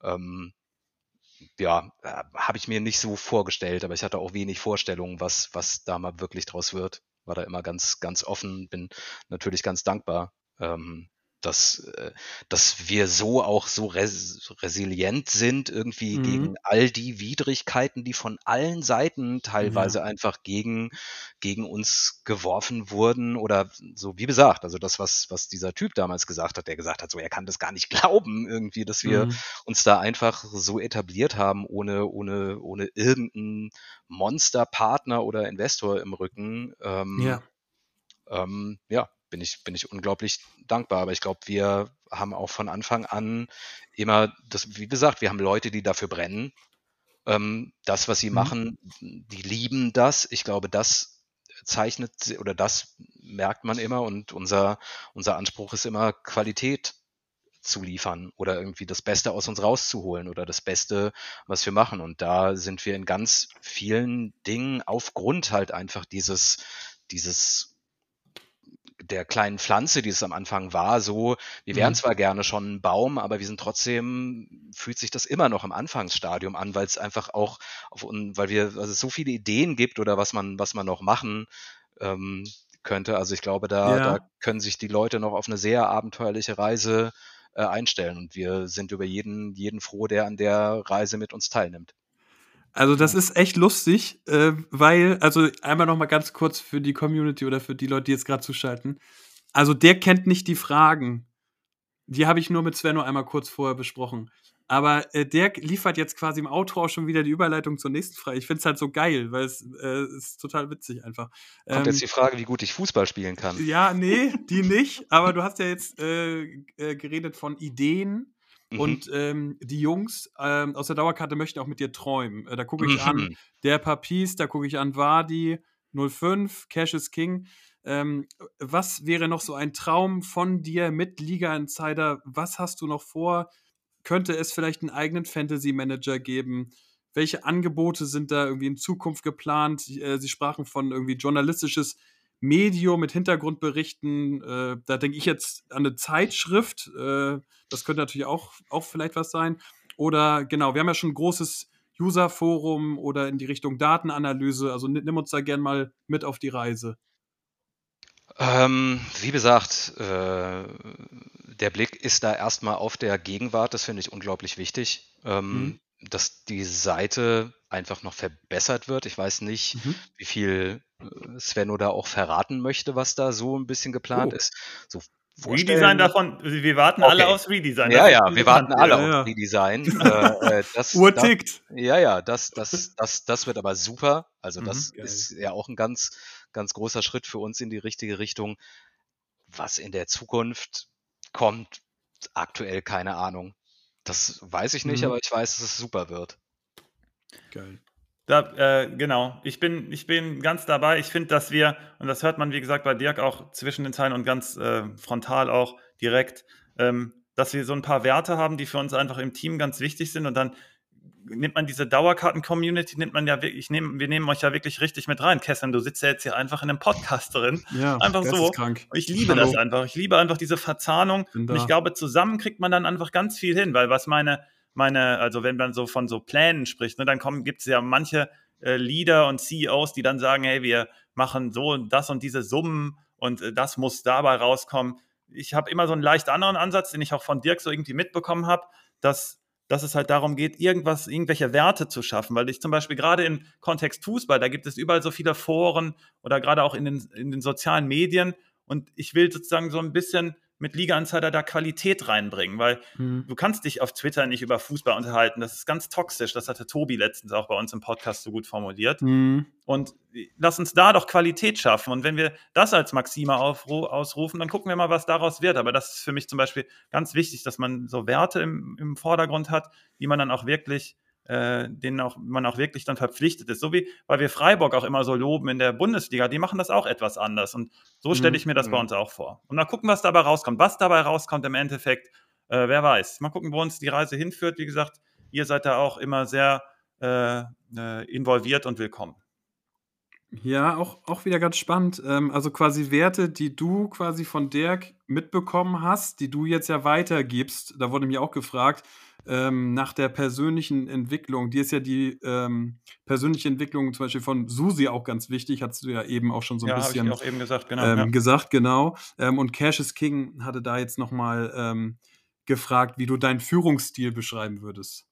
ja, habe ich mir nicht so vorgestellt, aber ich hatte auch wenig Vorstellungen, was da mal wirklich draus wird. War da immer ganz, ganz offen, bin natürlich ganz dankbar, dass wir so auch so resilient sind irgendwie gegen all die Widrigkeiten, die von allen Seiten teilweise einfach gegen uns geworfen wurden oder so, wie gesagt, also das, was dieser Typ damals gesagt hat, der gesagt hat, so, er kann das gar nicht glauben irgendwie, dass wir uns da einfach so etabliert haben, ohne irgendeinen Monsterpartner oder Investor im Rücken. Ja, bin ich unglaublich dankbar. Aber ich glaube, wir haben auch von Anfang an immer das, wie gesagt, wir haben Leute, die dafür brennen. Das, was sie machen, die lieben das. Ich glaube, das zeichnet oder das merkt man immer und unser Anspruch ist immer, Qualität zu liefern oder irgendwie das Beste aus uns rauszuholen oder das Beste, was wir machen. Und da sind wir in ganz vielen Dingen aufgrund halt einfach dieses der kleinen Pflanze, die es am Anfang war, so, wir wären zwar gerne schon ein Baum, aber wir sind trotzdem, fühlt sich das immer noch im Anfangsstadium an, weil es einfach auch weil es so viele Ideen gibt oder was man noch machen könnte. Also ich glaube, da können sich die Leute noch auf eine sehr abenteuerliche Reise einstellen und wir sind über jeden froh, der an der Reise mit uns teilnimmt. Also das ist echt lustig, weil, also einmal noch mal ganz kurz für die Community oder für die Leute, die jetzt gerade zuschalten. Also der kennt nicht die Fragen. Die habe ich nur mit Svenno einmal kurz vorher besprochen. Aber der liefert jetzt quasi im Outro auch schon wieder die Überleitung zur nächsten Frage. Ich finde es halt so geil, weil es ist total witzig einfach. Kommt jetzt die Frage, wie gut ich Fußball spielen kann. Ja, nee, die nicht. Aber du hast ja jetzt geredet von Ideen. Und die Jungs aus der Dauerkarte möchten auch mit dir träumen. Da gucke ich an Der Papies, da gucke ich an Wadi 05, Cash is King. Was wäre noch so ein Traum von dir mit Liga Insider? Was hast du noch vor? Könnte es vielleicht einen eigenen Fantasy-Manager geben? Welche Angebote sind da irgendwie in Zukunft geplant? Sie sprachen von irgendwie journalistisches Medium mit Hintergrundberichten. Da denke ich jetzt an eine Zeitschrift. Das könnte natürlich auch vielleicht was sein. Oder genau, wir haben ja schon ein großes User-Forum oder in die Richtung Datenanalyse. Also nimm uns da gern mal mit auf die Reise. Wie gesagt, der Blick ist da erstmal auf der Gegenwart. Das finde ich unglaublich wichtig, dass die Seite einfach noch verbessert wird. Ich weiß nicht, wie viel Svenno da auch verraten möchte, was da so ein bisschen geplant ist. So Redesign davon, wir warten alle aufs Redesign. Ja, wir warten alle aufs Redesign. Uhr tickt. Ja, das wird aber super. Also das ist ja auch ein ganz, ganz großer Schritt für uns in die richtige Richtung. Was in der Zukunft kommt, aktuell keine Ahnung. Das weiß ich nicht, aber ich weiß, dass es super wird. Geil. Genau, ich bin ganz dabei. Ich finde, dass wir, und das hört man, wie gesagt, bei Dirk auch zwischen den Zeilen und ganz frontal auch direkt, dass wir so ein paar Werte haben, die für uns einfach im Team ganz wichtig sind. Und dann nimmt man diese Dauerkarten-Community, wir nehmen euch ja wirklich richtig mit rein. Kesseln, du sitzt ja jetzt hier einfach in einem Podcast drin. Ja, einfach so. Ich liebe das einfach. Ich liebe einfach diese Verzahnung. Und ich glaube, zusammen kriegt man dann einfach ganz viel hin, weil was meine also wenn man so von so Plänen spricht, ne, dann gibt es ja manche Leader und CEOs, die dann sagen, hey, wir machen so und diese Summen und das muss dabei rauskommen. Ich habe immer so einen leicht anderen Ansatz, den ich auch von Dirk so irgendwie mitbekommen habe, dass es halt darum geht, irgendwelche Werte zu schaffen, weil ich zum Beispiel gerade im Kontext Fußball, da gibt es überall so viele Foren oder gerade auch in den sozialen Medien und ich will sozusagen so ein bisschen mit Liga Insider da Qualität reinbringen, weil du kannst dich auf Twitter nicht über Fußball unterhalten, das ist ganz toxisch, das hatte Tobi letztens auch bei uns im Podcast so gut formuliert und lass uns da doch Qualität schaffen und wenn wir das als Maxime ausrufen, dann gucken wir mal, was daraus wird, aber das ist für mich zum Beispiel ganz wichtig, dass man so Werte im Vordergrund hat, die man dann auch wirklich man auch wirklich dann verpflichtet ist. So wie, weil wir Freiburg auch immer so loben in der Bundesliga, die machen das auch etwas anders. Und so stelle ich mir das bei uns auch vor. Und mal gucken, was dabei rauskommt. Was dabei rauskommt im Endeffekt, wer weiß. Mal gucken, wo uns die Reise hinführt. Wie gesagt, ihr seid da auch immer sehr involviert und willkommen. Ja, auch wieder ganz spannend. Also quasi Werte, die du quasi von Dirk mitbekommen hast, die du jetzt ja weitergibst. Da wurde mir auch gefragt, nach der persönlichen Entwicklung. Dir ist ja die persönliche Entwicklung zum Beispiel von Susi auch ganz wichtig, hast du ja eben auch schon so ein bisschen habe ich auch eben gesagt, genau. Gesagt, genau. Und Cash is King hatte da jetzt nochmal gefragt, wie du deinen Führungsstil beschreiben würdest.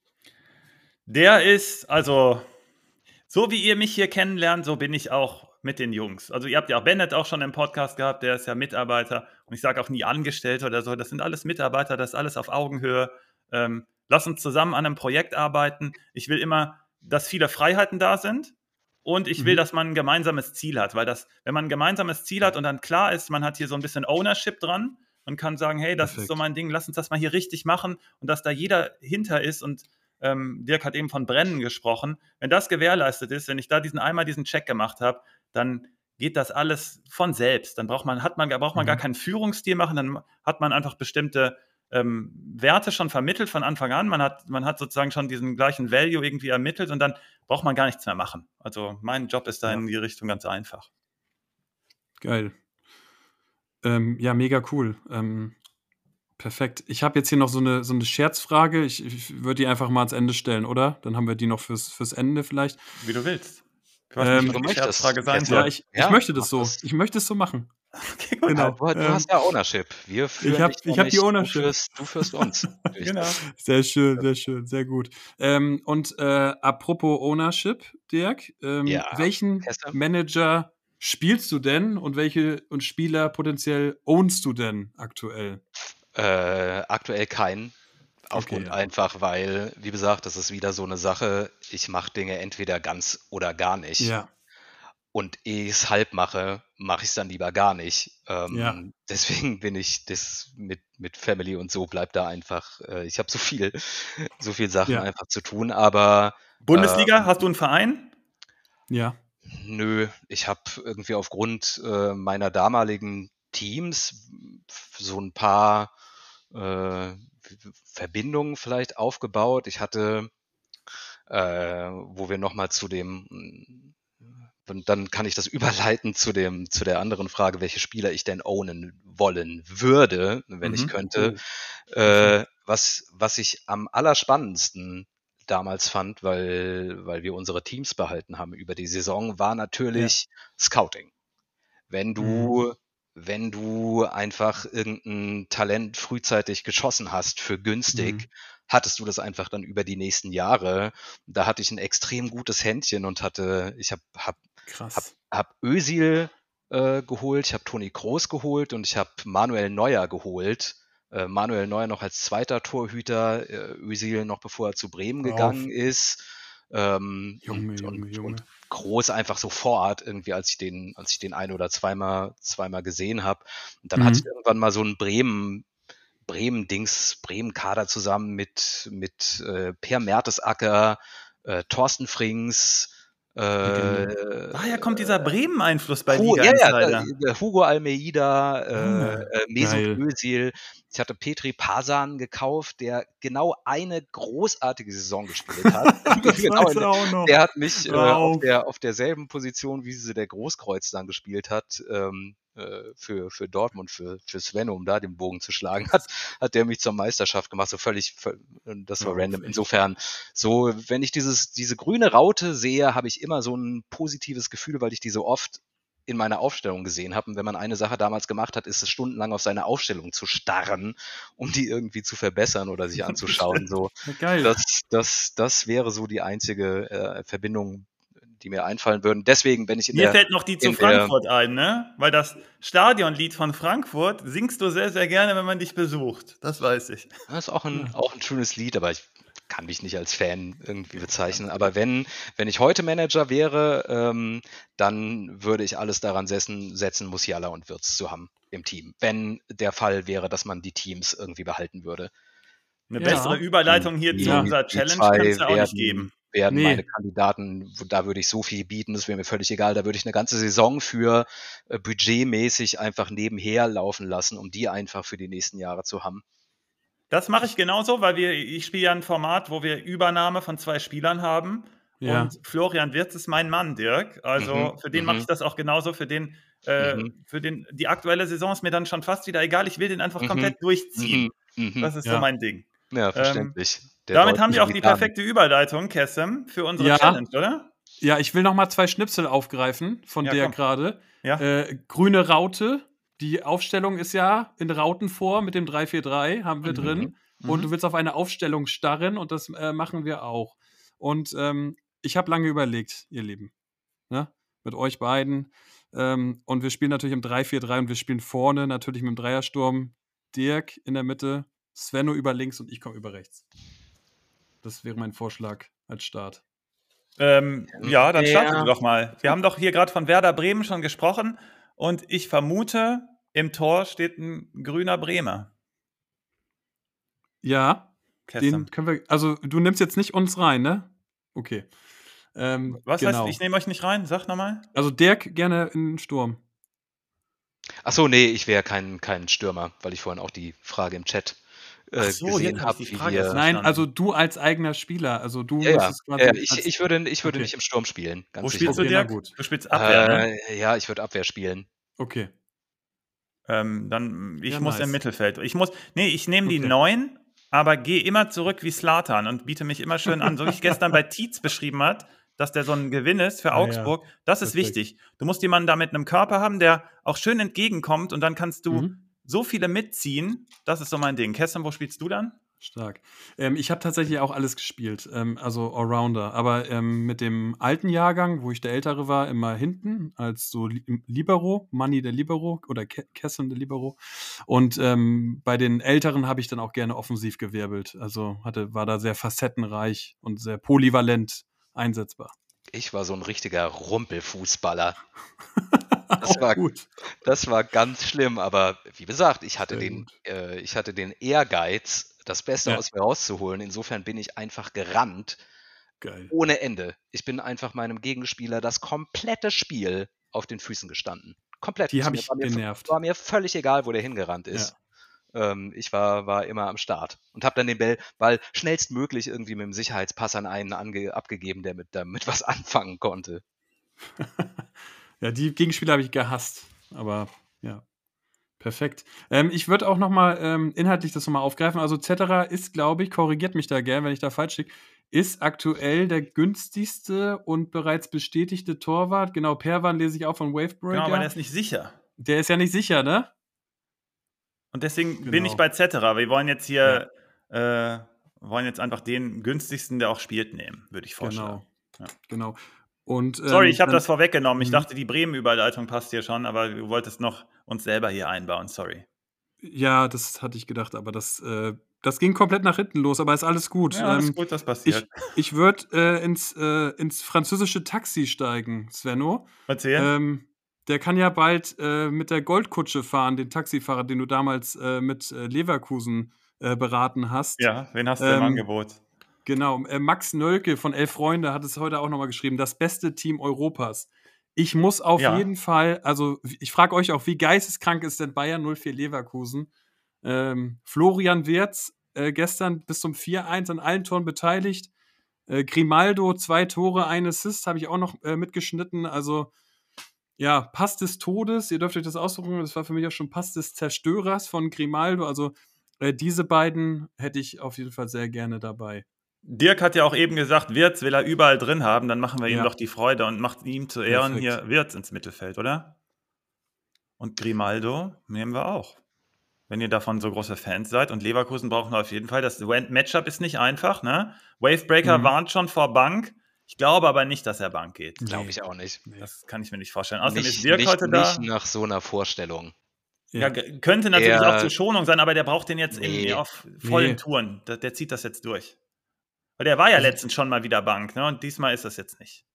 Der ist, also so wie ihr mich hier kennenlernt, so bin ich auch mit den Jungs. Also ihr habt ja auch Bennett auch schon im Podcast gehabt, der ist ja Mitarbeiter und ich sage auch nie Angestellter oder so, das sind alles Mitarbeiter, das ist alles auf Augenhöhe. Lass uns zusammen an einem Projekt arbeiten. Ich will immer, dass viele Freiheiten da sind und ich will, dass man ein gemeinsames Ziel hat, weil wenn man ein gemeinsames Ziel hat und dann klar ist, man hat hier so ein bisschen Ownership dran und kann sagen, hey, das ist so mein Ding, lass uns das mal hier richtig machen und dass da jeder hinter ist und Dirk hat eben von Brennen gesprochen. Wenn das gewährleistet ist, wenn ich da einmal diesen Check gemacht habe, dann geht das alles von selbst. Dann braucht man gar keinen Führungsstil machen, dann hat man einfach bestimmte Werte schon vermittelt von Anfang an. Man hat sozusagen schon diesen gleichen Value irgendwie ermittelt und dann braucht man gar nichts mehr machen. Also mein Job ist da in die Richtung ganz einfach. Geil. Ja, mega cool. Perfekt. Ich habe jetzt hier noch so eine Scherzfrage. Ich würde die einfach mal ans Ende stellen, oder? Dann haben wir die noch fürs Ende vielleicht. Wie du willst. Ich weiß nicht, was die Scherzfrage sein soll. Ich möchte das so. Ich möchte es so machen. Okay, gut. Genau. Du hast ja Ownership. Wir führen ich habe die Ownership. Du führst uns. Genau. Sehr schön, sehr gut. Und apropos Ownership, Dirk, welchen Manager spielst du denn und welche Spieler potenziell ownst du denn aktuell? Aktuell keinen. Aufgrund einfach, weil, wie gesagt, das ist wieder so eine Sache, ich mache Dinge entweder ganz oder gar nicht. Ja. Und ehe ich es halb mache, mache ich es dann lieber gar nicht. Deswegen bin ich das mit Family und so bleibt da einfach, ich habe so viel Sachen einfach zu tun, aber Bundesliga, hast du einen Verein? Ja. Nö, ich habe irgendwie aufgrund meiner damaligen Teams so ein paar Verbindungen vielleicht aufgebaut. Ich hatte, wo wir nochmal zu dem, und dann kann ich das überleiten zu der anderen Frage, welche Spieler ich denn ownen wollen würde, wenn ich könnte. Was ich am allerspannendsten damals fand, weil wir unsere Teams behalten haben über die Saison, war natürlich Scouting. Wenn du einfach irgendein Talent frühzeitig geschossen hast für günstig, hattest du das einfach dann über die nächsten Jahre. Da hatte ich ein extrem gutes Händchen und hab Özil geholt, ich habe Toni Kroos geholt und ich habe Manuel Neuer geholt. Manuel Neuer noch als zweiter Torhüter, Özil noch bevor er zu Bremen gegangen ist. Und Kroos einfach sofort irgendwie, als ich den ein- oder zweimal gesehen habe. Und dann hatte ich irgendwann mal so einen Bremen-Kader zusammen mit Per Mertesacker, Thorsten Frings. Daher kommt dieser Bremen-Einfluss bei Liga Insider. Hugo Almeida, Mesut Özil. Ich hatte Petri Pasan gekauft, der genau eine großartige Saison gespielt hat. Der hat mich auf derselben Position, wie sie der Großkreuz dann gespielt hat, für Dortmund, für Sven, um da den Bogen zu schlagen, hat der mich zur Meisterschaft gemacht, so völlig, das war random. Insofern, so, wenn ich diese grüne Raute sehe, habe ich immer so ein positives Gefühl, weil ich die so oft in meiner Aufstellung gesehen habe. Und wenn man eine Sache damals gemacht hat, ist es stundenlang auf seine Aufstellung zu starren, um die irgendwie zu verbessern oder sich anzuschauen. So, Ja, geil. das wäre so die einzige Verbindung, die mir einfallen würden. Deswegen, wenn ich Mir fällt noch die zu Frankfurt ein, ne? Weil das Stadionlied von Frankfurt singst du sehr, sehr gerne, wenn man dich besucht. Das weiß ich. Das ist auch ein schönes Lied, aber ich kann mich nicht als Fan irgendwie bezeichnen. Aber wenn ich heute Manager wäre, dann würde ich alles daran setzen, Musiala und Wirtz zu haben im Team. Wenn der Fall wäre, dass man die Teams irgendwie behalten würde. Eine bessere Überleitung hier zu unserer Challenge kann es ja auch nicht geben. Werden meine Kandidaten, da würde ich so viel bieten, das wäre mir völlig egal. Da würde ich eine ganze Saison für budgetmäßig einfach nebenher laufen lassen, um die einfach für die nächsten Jahre zu haben. Das mache ich genauso, weil ich spiele ja ein Format, wo wir Übernahme von 2 Spielern haben. Ja. Und Florian Wirtz ist mein Mann, Dirk. Also für den mache ich das auch genauso. Für den die aktuelle Saison ist mir dann schon fast wieder egal. Ich will den einfach komplett durchziehen. Das ist so mein Ding. Ja, verständlich. Damit haben wir auch die perfekte Überleitung, Kessem, für unsere Challenge, oder? Ja, ich will noch mal 2 Schnipsel aufgreifen von der gerade. Ja. Grüne Raute. Die Aufstellung ist ja in Rautenform mit dem 3-4-3 haben wir drin. Und du willst auf eine Aufstellung starren und das machen wir auch. Und ich habe lange überlegt, ihr Lieben, ne? Mit euch beiden. Und wir spielen natürlich im 3-4-3 und wir spielen vorne natürlich mit dem Dreiersturm. Dirk in der Mitte, Svenno über links und ich komme über rechts. Das wäre mein Vorschlag als Start. Ja, dann starten wir doch mal. Wir haben doch hier gerade von Werder Bremen schon gesprochen und ich vermute, im Tor steht ein grüner Bremer. Ja, den können wir, also du nimmst jetzt nicht uns rein, ne? Okay. Was heißt, ich nehme euch nicht rein? Sag nochmal. Also Dirk gerne in den Sturm. Achso, nee, ich wäre kein Stürmer, weil ich vorhin auch die Frage im Chat gesehen habe, wie wir... Nein, also du als eigener Spieler, also du müsstest quasi... Ich würde nicht im Sturm spielen. Wo spielst du, Dirk? Du spielst Abwehr, ne? Ja, ich würde Abwehr spielen. Okay. Ich muss im Mittelfeld. Ich nehme die 9, aber gehe immer zurück wie Zlatan und biete mich immer schön an. So wie ich gestern bei Tietz beschrieben hat, dass der so ein Gewinn ist für Augsburg. Das ist wichtig. Du musst jemanden da mit einem Körper haben, der auch schön entgegenkommt und dann kannst du so viele mitziehen. Das ist so mein Ding. Kessem, wo spielst du dann? Stark. Ich habe tatsächlich auch alles gespielt, also Allrounder. Aber mit dem alten Jahrgang, wo ich der Ältere war, immer hinten als so Libero, Manni der Libero oder Kessem der Libero. Und bei den Älteren habe ich dann auch gerne offensiv gewirbelt. Also war da sehr facettenreich und sehr polyvalent einsetzbar. Ich war so ein richtiger Rumpelfußballer. Das war ganz schlimm, aber wie gesagt, ich hatte den Ehrgeiz, das Beste aus mir rauszuholen. Insofern bin ich einfach gerannt. Geil. Ohne Ende. Ich bin einfach meinem Gegenspieler das komplette Spiel auf den Füßen gestanden. Komplett. Die habe ich genervt. War mir völlig egal, wo der hingerannt ist. Ja. Ich war immer am Start und habe dann den Ball schnellstmöglich irgendwie mit dem Sicherheitspass an einen abgegeben, der damit was anfangen konnte. Ja, die Gegenspieler habe ich gehasst, aber ja, perfekt. Ich würde auch nochmal inhaltlich das nochmal aufgreifen. Also Zetterer ist, glaube ich, korrigiert mich da gern, wenn ich da falsch liege, ist aktuell der günstigste und bereits bestätigte Torwart. Genau, Perwan lese ich auch von Wavebreaker. Genau, aber der ist nicht sicher. Der ist ja nicht sicher, ne? Und deswegen bin ich bei Zetterer. Wir wollen jetzt hier einfach den günstigsten, der auch spielt, nehmen, würde ich vorschlagen. Genau. Und, sorry, ich habe das vorweggenommen. Ich dachte, die Bremen-Überleitung passt hier schon, aber du wolltest noch uns selber hier einbauen, sorry. Ja, das hatte ich gedacht, aber das ging komplett nach hinten los, aber ist alles gut. Ja, ist gut, das passiert. Ich würde ins französische Taxi steigen, Svenno. Erzähl. Der kann ja bald mit der Goldkutsche fahren, den Taxifahrer, den du damals mit Leverkusen beraten hast. Ja, wen hast du im Angebot? Genau, Max Nölke von 11 Freunde hat es heute auch nochmal geschrieben, das beste Team Europas. Ich muss auf jeden Fall, also ich frage euch auch, wie geisteskrank ist denn Bayern 04 Leverkusen? Florian Wirtz gestern bis zum 4-1 an allen Toren beteiligt. Grimaldo 2 Tore, 1 Assist, habe ich auch noch mitgeschnitten. Also Ja, Pass des Todes, ihr dürft euch das aussuchen, das war für mich auch schon Pass des Zerstörers von Grimaldo, also diese beiden hätte ich auf jeden Fall sehr gerne dabei. Dirk hat ja auch eben gesagt, Wirtz will er überall drin haben, dann machen wir ihm Ja. doch die Freude und macht ihm zu Ehren Perfekt. hier Wirtz ins Mittelfeld, oder? Und Grimaldo nehmen wir auch. Wenn ihr davon so große Fans seid. Und Leverkusen brauchen wir auf jeden Fall. Das Matchup ist nicht einfach, ne? Wavebreaker warnt schon vor Bank. Ich glaube aber nicht, dass er Bank geht. Glaube ich auch nicht. Das kann ich mir nicht vorstellen. Außerdem ist Nicht, Dirk nicht, heute da. nicht nach so einer Vorstellung. Ja, könnte natürlich Er- auch zur Schonung sein, aber der braucht den jetzt Nee. auf vollen Nee. Touren. Der zieht das jetzt durch. Weil der war ja letztens schon mal wieder Bank, ne? Und diesmal ist das jetzt nicht.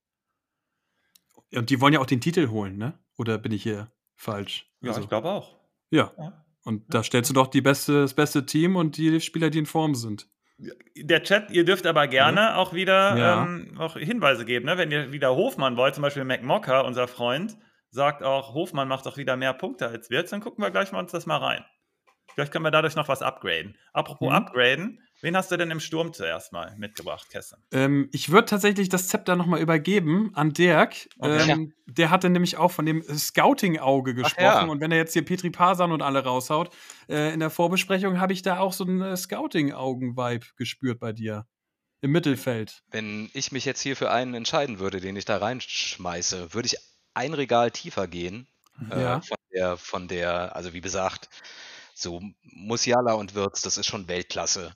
Und die wollen ja auch den Titel holen, ne? Oder bin ich hier falsch? Ja, Also, ich glaube auch. ja. Ja. Und da stellst du doch das beste Team und die Spieler, die in Form sind. Der Chat, ihr dürft aber gerne auch wieder Ja. auch Hinweise geben, ne? Wenn ihr wieder Hofmann wollt, zum Beispiel McMocker, unser Freund, sagt auch, Hofmann macht doch wieder mehr Punkte als Wirtz, dann gucken wir gleich mal uns das mal rein. Vielleicht können wir dadurch noch was upgraden. Apropos upgraden, wen hast du denn im Sturm zuerst mal mitgebracht, Kesse? Ich würde tatsächlich das Zepter nochmal übergeben an Dirk. Okay. Der hatte nämlich auch von dem Scouting-Auge gesprochen. ja. Und wenn er jetzt hier Petri Pasan und alle raushaut, in der Vorbesprechung habe ich da auch so einen Scouting-Augen-Vibe gespürt bei dir. Im Mittelfeld. Wenn ich mich jetzt hier für einen entscheiden würde, den ich da reinschmeiße, würde ich ein Regal tiefer gehen. Ja. Also wie gesagt, so Musiala und Wirtz, das ist schon Weltklasse.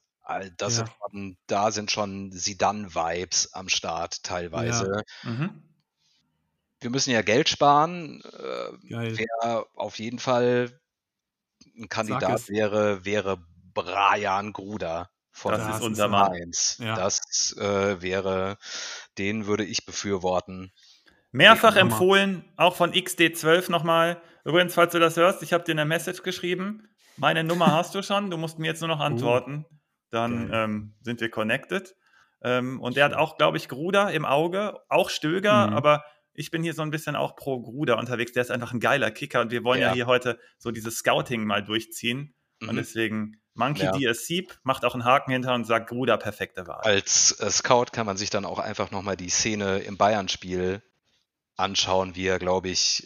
Da sind schon Zidane-Vibes am Start teilweise. Mhm. Wir müssen ja Geld sparen. Geil. Wer auf jeden Fall ein Kandidat es. wäre Brian Gruder von Das ist Das unser ist Mann. Mainz. Ja. Das den würde ich befürworten. Mehrfach Hammer. empfohlen, auch von XD12 nochmal. Übrigens, falls du das hörst, ich habe dir eine Message geschrieben. Meine Nummer hast du schon, du musst mir jetzt nur noch antworten. Dann sind wir connected. Und der hat auch, glaube ich, Gruder im Auge, auch Stöger, aber ich bin hier so ein bisschen auch pro Gruder unterwegs. Der ist einfach ein geiler Kicker und wir wollen ja hier heute so dieses Scouting mal durchziehen. Und deswegen Monkey DSC macht auch einen Haken hinter und sagt Gruder, perfekte Wahl. Als Scout kann man sich dann auch einfach nochmal die Szene im Bayern-Spiel anschauen, wie er, glaube ich,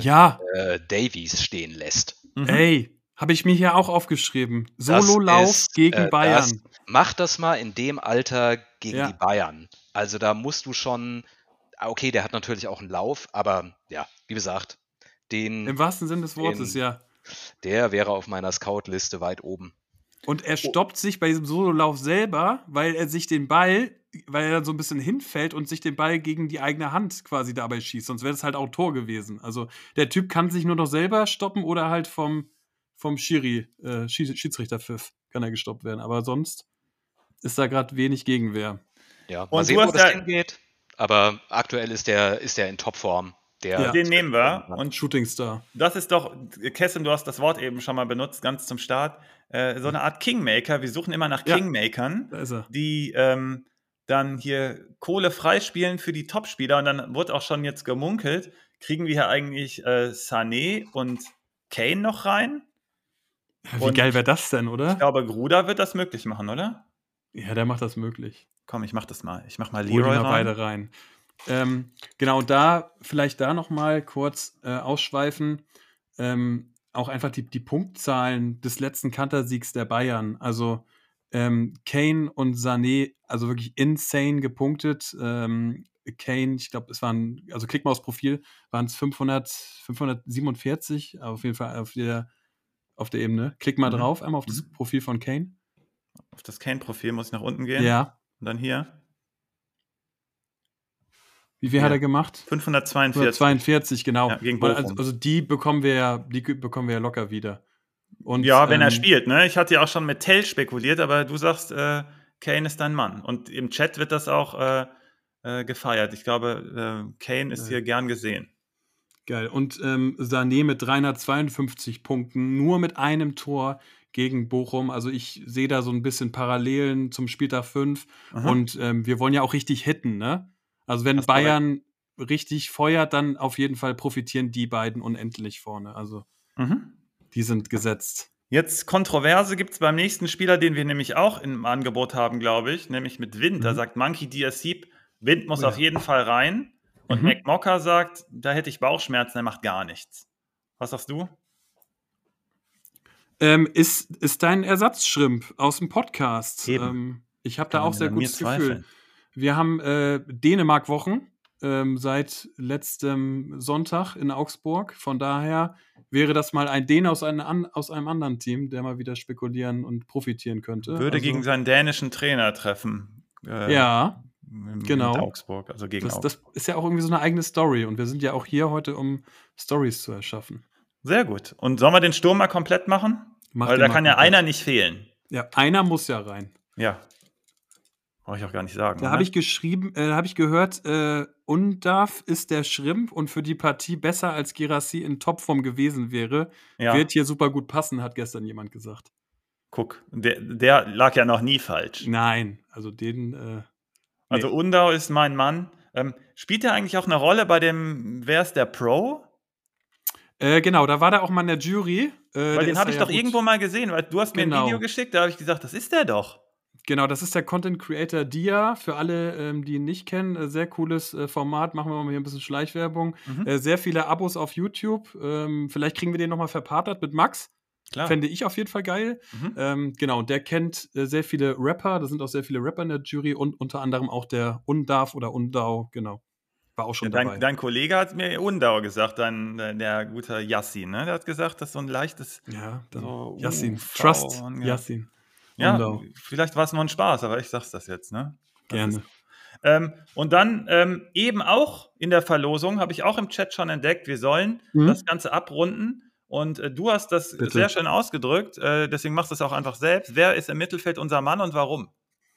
Davies stehen lässt. Ey, habe ich mir hier auch aufgeschrieben. Sololauf gegen Bayern. Mach das mal in dem Alter gegen die Bayern. Also da musst du schon, okay, der hat natürlich auch einen Lauf, aber ja, wie gesagt, im wahrsten Sinne des Wortes, der wäre auf meiner Scout-Liste weit oben. Und er stoppt sich bei diesem Sololauf selber, weil er dann so ein bisschen hinfällt und sich den Ball gegen die eigene Hand quasi dabei schießt. Sonst wäre das halt auch Tor gewesen. Also der Typ kann sich nur noch selber stoppen oder halt vom Schiedsrichterpfiff kann er gestoppt werden. Aber sonst ist da gerade wenig Gegenwehr. Ja, mal sehen, wo das hingeht. Aber aktuell ist der in Topform. Den nehmen wir. Und Shootingstar. Das ist doch, Kessen, du hast das Wort eben schon mal benutzt, ganz zum Start. So eine Art Kingmaker. Wir suchen immer nach Kingmakern, die dann hier Kohle freispielen für die Topspieler. Und dann wurde auch schon jetzt gemunkelt, kriegen wir hier eigentlich Sané und Kane noch rein? Wie geil wäre das denn, oder? Ich glaube, Gruder wird das möglich machen, oder? Ja, der macht das möglich. Komm, ich mach das mal. Ich mach mal Leroy rein. Beide rein. Genau, da vielleicht da noch mal kurz ausschweifen. Auch einfach die Punktzahlen des letzten Kantersiegs der Bayern. Also Kane und Sané, also wirklich insane gepunktet. Kane, ich glaube, also klick mal aufs Profil, waren es 547, auf jeden Fall auf der Ebene. Klick mal drauf, einmal auf das Profil von Kane. Auf das Kane-Profil muss ich nach unten gehen. Ja. Und dann hier. Wie viel hat er gemacht? 542. 542, genau. Ja, gegen Bochum. Also die bekommen wir ja locker wieder. Und, ja, wenn er spielt, ne? Ich hatte ja auch schon mit Tell spekuliert, aber du sagst, Kane ist dein Mann. Und im Chat wird das auch gefeiert. Ich glaube, Kane ist hier gern gesehen. Geil. Und Sané mit 352 Punkten, nur mit einem Tor gegen Bochum. Also ich sehe da so ein bisschen Parallelen zum Spieltag 5. Und wir wollen ja auch richtig hitten, ne? Also wenn Bayern richtig feuert, dann auf jeden Fall profitieren die beiden unendlich vorne. Also die sind gesetzt. Jetzt Kontroverse gibt es beim nächsten Spieler, den wir nämlich auch im Angebot haben, glaube ich, nämlich mit Wind. Da sagt Monkey DSC, Wind muss auf jeden Fall rein. Und McMocker sagt, da hätte ich Bauchschmerzen, er macht gar nichts. Was sagst du? Ist dein Ersatzschrimp aus dem Podcast. Eben. Ich habe da auch sehr an mir gutes Gefühl. zweifeln. Wir haben Dänemark-Wochen seit letztem Sonntag in Augsburg. Von daher wäre das mal ein Däne aus einem anderen Team, der mal wieder spekulieren und profitieren könnte. Würde gegen seinen dänischen Trainer treffen. Ja, genau. Mit Augsburg, also gegen Augsburg. Das ist ja auch irgendwie so eine eigene Story. Und wir sind ja auch hier heute, um Stories zu erschaffen. Sehr gut. Und sollen wir den Sturm mal komplett machen? Weil da kann ja einer nicht fehlen. Ja, einer muss ja rein. Ja. Brauche ich auch gar nicht sagen. Da habe ich geschrieben, habe ich gehört, Undav ist der Schrimp und für die Partie besser als Guirassy in Topform gewesen wäre. Ja. Wird hier super gut passen, hat gestern jemand gesagt. Guck, der lag ja noch nie falsch. Nein, also den. Also Undau ist mein Mann. Spielt er eigentlich auch eine Rolle bei dem, wer ist der Pro? Genau, da war der auch mal in der Jury. Weil den habe ich doch irgendwo mal gesehen, weil du hast mir ein Video geschickt, da habe ich gesagt, das ist der doch. Genau, das ist der Content Creator Dia. Für alle, die ihn nicht kennen, sehr cooles Format. Machen wir mal hier ein bisschen Schleichwerbung. Sehr viele Abos auf YouTube. Vielleicht kriegen wir den nochmal verpartnert mit Max. Klar. Fände ich auf jeden Fall geil. Genau, der kennt sehr viele Rapper. Da sind auch sehr viele Rapper in der Jury und unter anderem auch der Undav oder Undau. Genau. War auch schon dabei. Dein Kollege hat mir Undau gesagt, der gute Yassin, ne? Der hat gesagt, das ist so ein leichtes. Ja, so Yassin. Trust Yassin. Ja, vielleicht war es nur ein Spaß, aber ich sag's das jetzt, ne? Gerne. Und dann eben auch in der Verlosung, habe ich auch im Chat schon entdeckt, wir sollen das Ganze abrunden. Und du hast das sehr schön ausgedrückt, deswegen machst du es auch einfach selbst. Wer ist im Mittelfeld unser Mann und warum?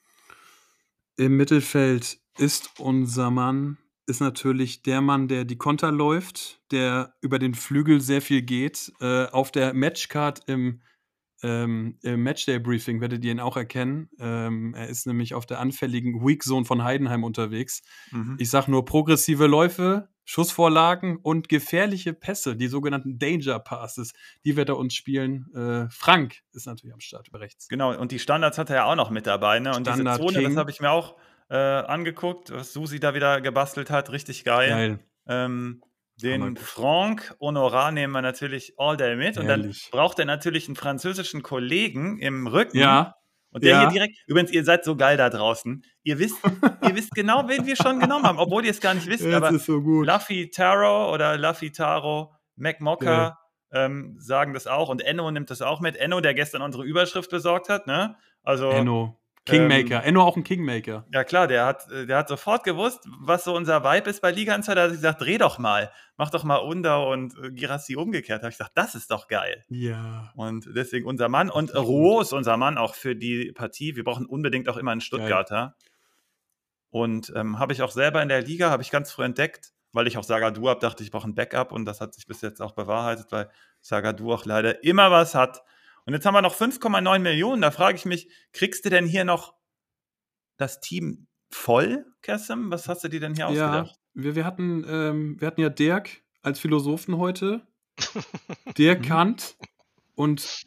Im Mittelfeld ist unser Mann, ist natürlich der Mann, der die Konter läuft, der über den Flügel sehr viel geht. Auf der Matchcard im Matchday-Briefing werdet ihr ihn auch erkennen. Er ist nämlich auf der anfälligen Weak Zone von Heidenheim unterwegs. Ich sag nur progressive Läufe, Schussvorlagen und gefährliche Pässe, die sogenannten Danger Passes, die wird er uns spielen. Frank ist natürlich am Start über rechts. Genau, und die Standards hat er ja auch noch mit dabei. Ne? Und Standard diese Zone, King. das habe ich mir auch angeguckt, was Susi da wieder gebastelt hat. Richtig geil. Den Franck Honorat nehmen wir natürlich all day mit. Ehrlich. Und dann braucht er natürlich einen französischen Kollegen im Rücken. Ja. Und der hier direkt, übrigens, ihr seid so geil da draußen. Ihr wisst genau, wen wir schon genommen haben, obwohl ihr es gar nicht wisst. Das aber ist so gut. Laffy Taro oder Laffy Taro, McMocker sagen das auch. Und Enno nimmt das auch mit. Enno, der gestern unsere Überschrift besorgt hat. Ne? Also, Enno. Kingmaker. Enno auch ein Kingmaker. Ja klar, der hat sofort gewusst, was so unser Vibe ist bei Liga Insider. Da hat gesagt, dreh doch mal, mach doch mal Undau und Guirassy umgekehrt. Da habe ich gesagt, das ist doch geil. Ja. Und deswegen unser Mann. Und Rouault ist unser Mann auch für die Partie. Wir brauchen unbedingt auch immer einen Stuttgarter. Geil. Und habe ich auch selber in der Liga, habe ich ganz früh entdeckt, weil ich auch Zagadou habe, dachte ich brauche ein Backup. Und das hat sich bis jetzt auch bewahrheitet, weil Zagadou auch leider immer was hat. Und jetzt haben wir noch 5,9 Millionen. Da frage ich mich, kriegst du denn hier noch das Team voll, Kassem? Was hast du dir denn hier ausgedacht? Wir hatten ja Dirk als Philosophen heute. Dirk Kant und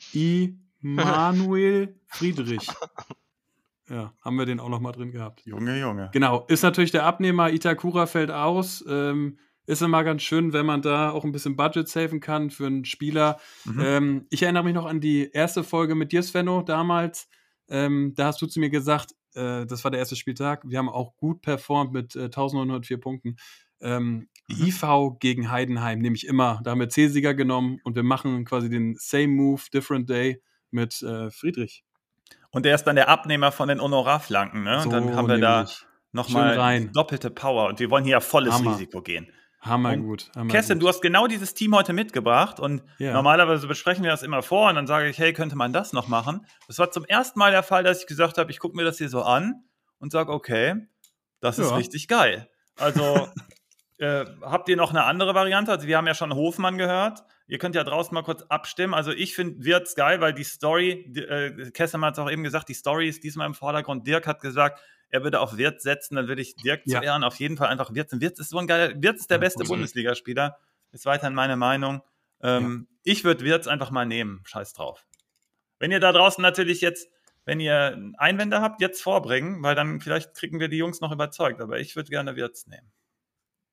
Immanuel Friedrich. Ja, haben wir den auch noch mal drin gehabt. Junge. Genau, ist natürlich der Abnehmer. Itakura fällt aus. Ist immer ganz schön, wenn man da auch ein bisschen Budget saven kann für einen Spieler. Ich erinnere mich noch an die erste Folge mit dir, Svenno, damals. Da hast du zu mir gesagt, das war der erste Spieltag, wir haben auch gut performt mit 1904 Punkten. IV gegen Heidenheim nehme ich immer. Da haben wir C-Sieger genommen und wir machen quasi den Same Move, Different Day mit Friedrich. Und der ist dann der Abnehmer von den Honorarflanken, ne? So, und dann haben wir da nochmal doppelte Power. Und wir wollen hier auf volles Risiko gehen. Hammergut. Kerstin, du hast genau dieses Team heute mitgebracht und normalerweise besprechen wir das immer vor und dann sage ich, hey, könnte man das noch machen? Das war zum ersten Mal der Fall, dass ich gesagt habe, ich gucke mir das hier so an und sage, okay, das ist richtig geil. Also habt ihr noch eine andere Variante? Also wir haben ja schon Hofmann gehört. Ihr könnt ja draußen mal kurz abstimmen. Also ich finde Wirtz geil, weil die Story, Kerstin hat es auch eben gesagt, die Story ist diesmal im Vordergrund. Dirk hat gesagt, er würde auf Wirtz setzen, dann würde ich Dirk zu Ehren auf jeden Fall einfach Wirtz. Und Wirtz ist so ein geiler, Wirtz ist der beste Bundesligaspieler. Ist weiterhin meine Meinung. Ich würde Wirtz einfach mal nehmen. Scheiß drauf. Wenn ihr da draußen natürlich jetzt, wenn ihr Einwände habt, jetzt vorbringen, weil dann vielleicht kriegen wir die Jungs noch überzeugt. Aber ich würde gerne Wirtz nehmen.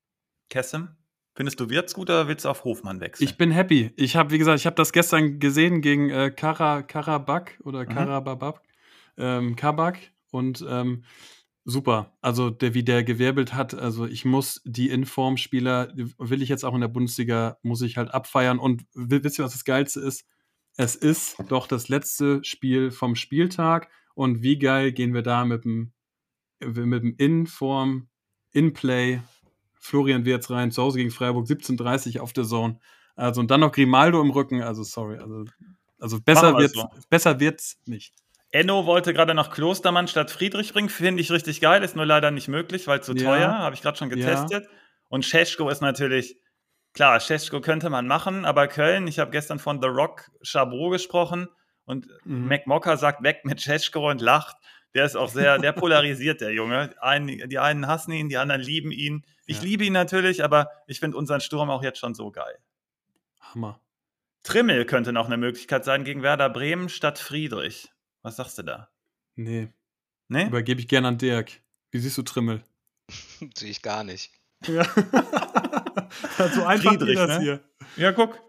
Kessem, findest du Wirtz gut oder willst du auf Hofmann wechseln? Ich bin happy. Ich habe, wie gesagt, ich habe das gestern gesehen gegen Karabakh oder Karababak, Kabak und super. Also wie der gewirbelt hat. Also ich muss die Informspieler, will ich jetzt auch in der Bundesliga, muss ich halt abfeiern. Und wisst ihr, was das Geilste ist? Es ist doch das letzte Spiel vom Spieltag. Und wie geil gehen wir da mit dem Inform, In-Play, Florian Wirtz rein, zu Hause gegen Freiburg, 17:30 auf der Zone. Also, und dann noch Grimaldo im Rücken. Also, sorry. Also besser wird's nicht. Enno wollte gerade noch Klostermann statt Friedrich bringen. Finde ich richtig geil. Ist nur leider nicht möglich, weil zu teuer. Habe ich gerade schon getestet. Ja. Und Šeško ist natürlich, klar, Šeško könnte man machen, aber Köln, ich habe gestern von The Rock Chabot gesprochen und McMocker sagt weg mit Šeško und lacht. Der ist auch der polarisiert, der Junge. Die einen hassen ihn, die anderen lieben ihn. Ich liebe ihn natürlich, aber ich finde unseren Sturm auch jetzt schon so geil. Hammer. Trimmel könnte noch eine Möglichkeit sein gegen Werder Bremen statt Friedrich. Was sagst du da? Nee? Übergebe ich gerne an Dirk. Wie siehst du Trimmel? Sehe ich gar nicht. Ja. So einfach Friedrich, das hier. Ja, guck.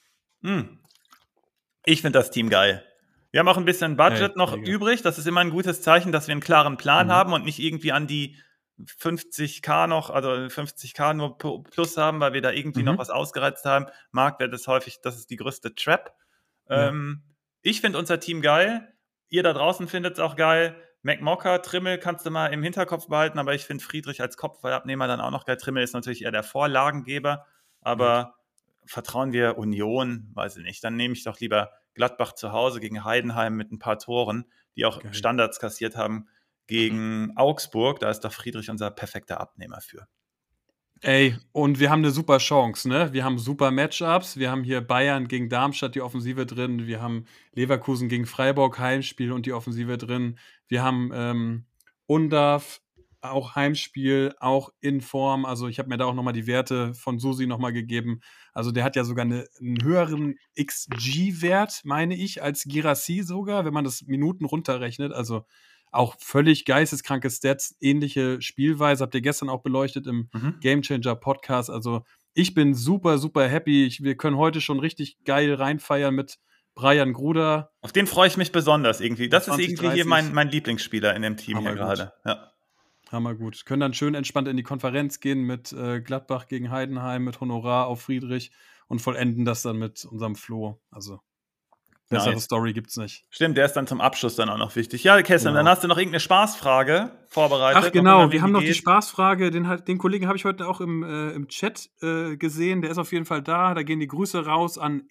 Ich finde das Team geil. Wir haben auch ein bisschen Budget noch übrig. Das ist immer ein gutes Zeichen, dass wir einen klaren Plan haben und nicht irgendwie an die 50k noch, also 50k nur plus haben, weil wir da irgendwie noch was ausgereizt haben. Marktwert ist häufig, das ist die größte Trap. Ich finde unser Team geil. Ihr da draußen findet es auch geil. McMocker, Trimmel kannst du mal im Hinterkopf behalten, aber ich finde Friedrich als Kopfballabnehmer dann auch noch geil. Trimmel ist natürlich eher der Vorlagengeber, aber vertrauen wir Union? Weiß ich nicht. Dann nehme ich doch lieber Gladbach zu Hause gegen Heidenheim mit ein paar Toren, die auch Standards kassiert haben gegen Augsburg. Da ist doch Friedrich unser perfekter Abnehmer für. Ey, und wir haben eine super Chance, ne? Wir haben super Matchups. Wir haben hier Bayern gegen Darmstadt, die Offensive drin. Wir haben Leverkusen gegen Freiburg, Heimspiel und die Offensive drin. Wir haben Undav, auch Heimspiel, auch in Form. Also ich habe mir da auch nochmal die Werte von Susi nochmal gegeben. Also der hat ja sogar einen höheren XG-Wert, meine ich, als Girassi sogar, wenn man das Minuten runterrechnet. Also auch völlig geisteskranke Stats, ähnliche Spielweise, habt ihr gestern auch beleuchtet im Gamechanger Podcast. Also ich bin super, super happy. Wir können heute schon richtig geil reinfeiern mit Brian Gruder. Auf den freue ich mich besonders irgendwie. Das 20, ist irgendwie 30. Hier mein Lieblingsspieler in dem Team hier gerade. Ja. Hammer gut. Können dann schön entspannt in die Konferenz gehen mit Gladbach gegen Heidenheim, mit Honorar auf Friedrich und vollenden das dann mit unserem Flo. Also bessere Story gibt's nicht. Stimmt, der ist dann zum Abschluss dann auch noch wichtig. Ja, Kessem, dann hast du noch irgendeine Spaßfrage vorbereitet. Ach genau, wir haben noch die Spaßfrage. Den Kollegen habe ich heute auch im Chat gesehen. Der ist auf jeden Fall da. Da gehen die Grüße raus an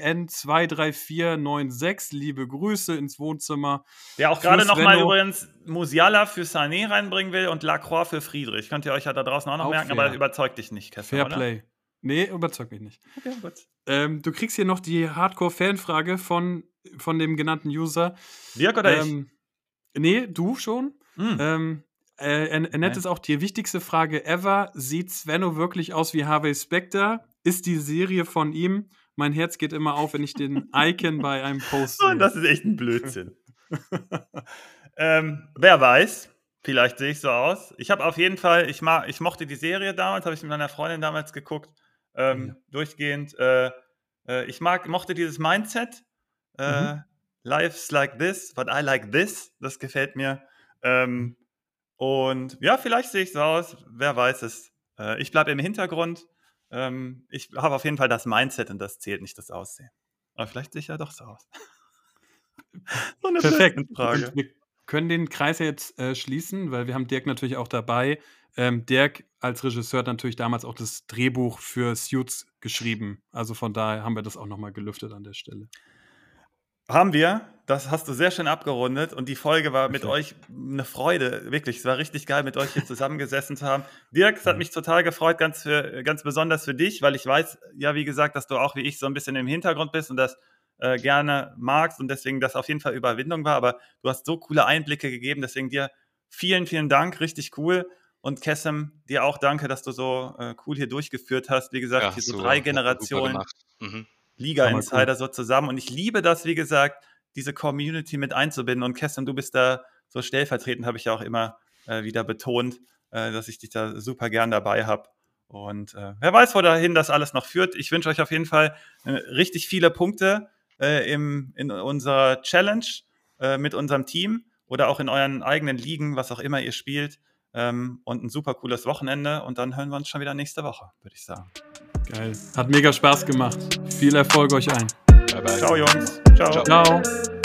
RBN23496. Liebe Grüße ins Wohnzimmer. Der auch gerade nochmal übrigens Musiala für Sané reinbringen will und Lacroix für Friedrich. Könnt ihr euch ja da draußen auch noch merken, aber das überzeugt dich nicht, Kessem, Fair Play. Nee, überzeugt mich nicht. Okay, gut. Du kriegst hier noch die Hardcore-Fanfrage von dem genannten User. Dirk oder ich? Nee, du schon. Er nennt es auch die wichtigste Frage ever. Sieht Svenno wirklich aus wie Harvey Specter? Ist die Serie von ihm? Mein Herz geht immer auf, wenn ich den Icon bei einem Post sehe. Das ist echt ein Blödsinn. Wer weiß. Vielleicht sehe ich so aus. Ich habe auf jeden Fall, ich mochte die Serie damals, habe ich mit meiner Freundin damals geguckt. Durchgehend. Ich mochte dieses Mindset. Life's like this, but I like this. Das gefällt mir. Und ja, vielleicht sehe ich so aus. Wer weiß es. Ich bleibe im Hintergrund. Ich habe auf jeden Fall das Mindset und das zählt nicht das Aussehen. Aber vielleicht sehe ich ja doch so aus. So eine perfekt Frage. Wir können den Kreis jetzt schließen, weil wir haben Dirk natürlich auch dabei. Dirk als Regisseur hat natürlich damals auch das Drehbuch für Suits geschrieben. Also von daher haben wir das auch nochmal gelüftet an der Stelle. Haben wir. Das hast du sehr schön abgerundet. Und die Folge war mit euch eine Freude. Wirklich, es war richtig geil, mit euch hier zusammengesessen zu haben. Dirk, es hat mich total gefreut, ganz besonders für dich, weil ich weiß, ja, wie gesagt, dass du auch wie ich so ein bisschen im Hintergrund bist und das gerne magst und deswegen das auf jeden Fall Überwindung war. Aber du hast so coole Einblicke gegeben. Deswegen dir vielen, vielen Dank. Richtig cool. Und Kessem, dir auch danke, dass du so cool hier durchgeführt hast. Wie gesagt, hier so 3 Generationen Liga-Insider so zusammen. Und ich liebe das, wie gesagt, diese Community mit einzubinden. Und Kessem, du bist da so stellvertretend, habe ich ja auch immer wieder betont, dass ich dich da super gern dabei habe. Und wer weiß, wohin das alles noch führt. Ich wünsche euch auf jeden Fall richtig viele Punkte in unserer Challenge mit unserem Team oder auch in euren eigenen Ligen, was auch immer ihr spielt. Und ein super cooles Wochenende. Und dann hören wir uns schon wieder nächste Woche, würde ich sagen. Geil. Hat mega Spaß gemacht. Viel Erfolg euch allen. Bye, bye. Ciao, Jungs. Ciao.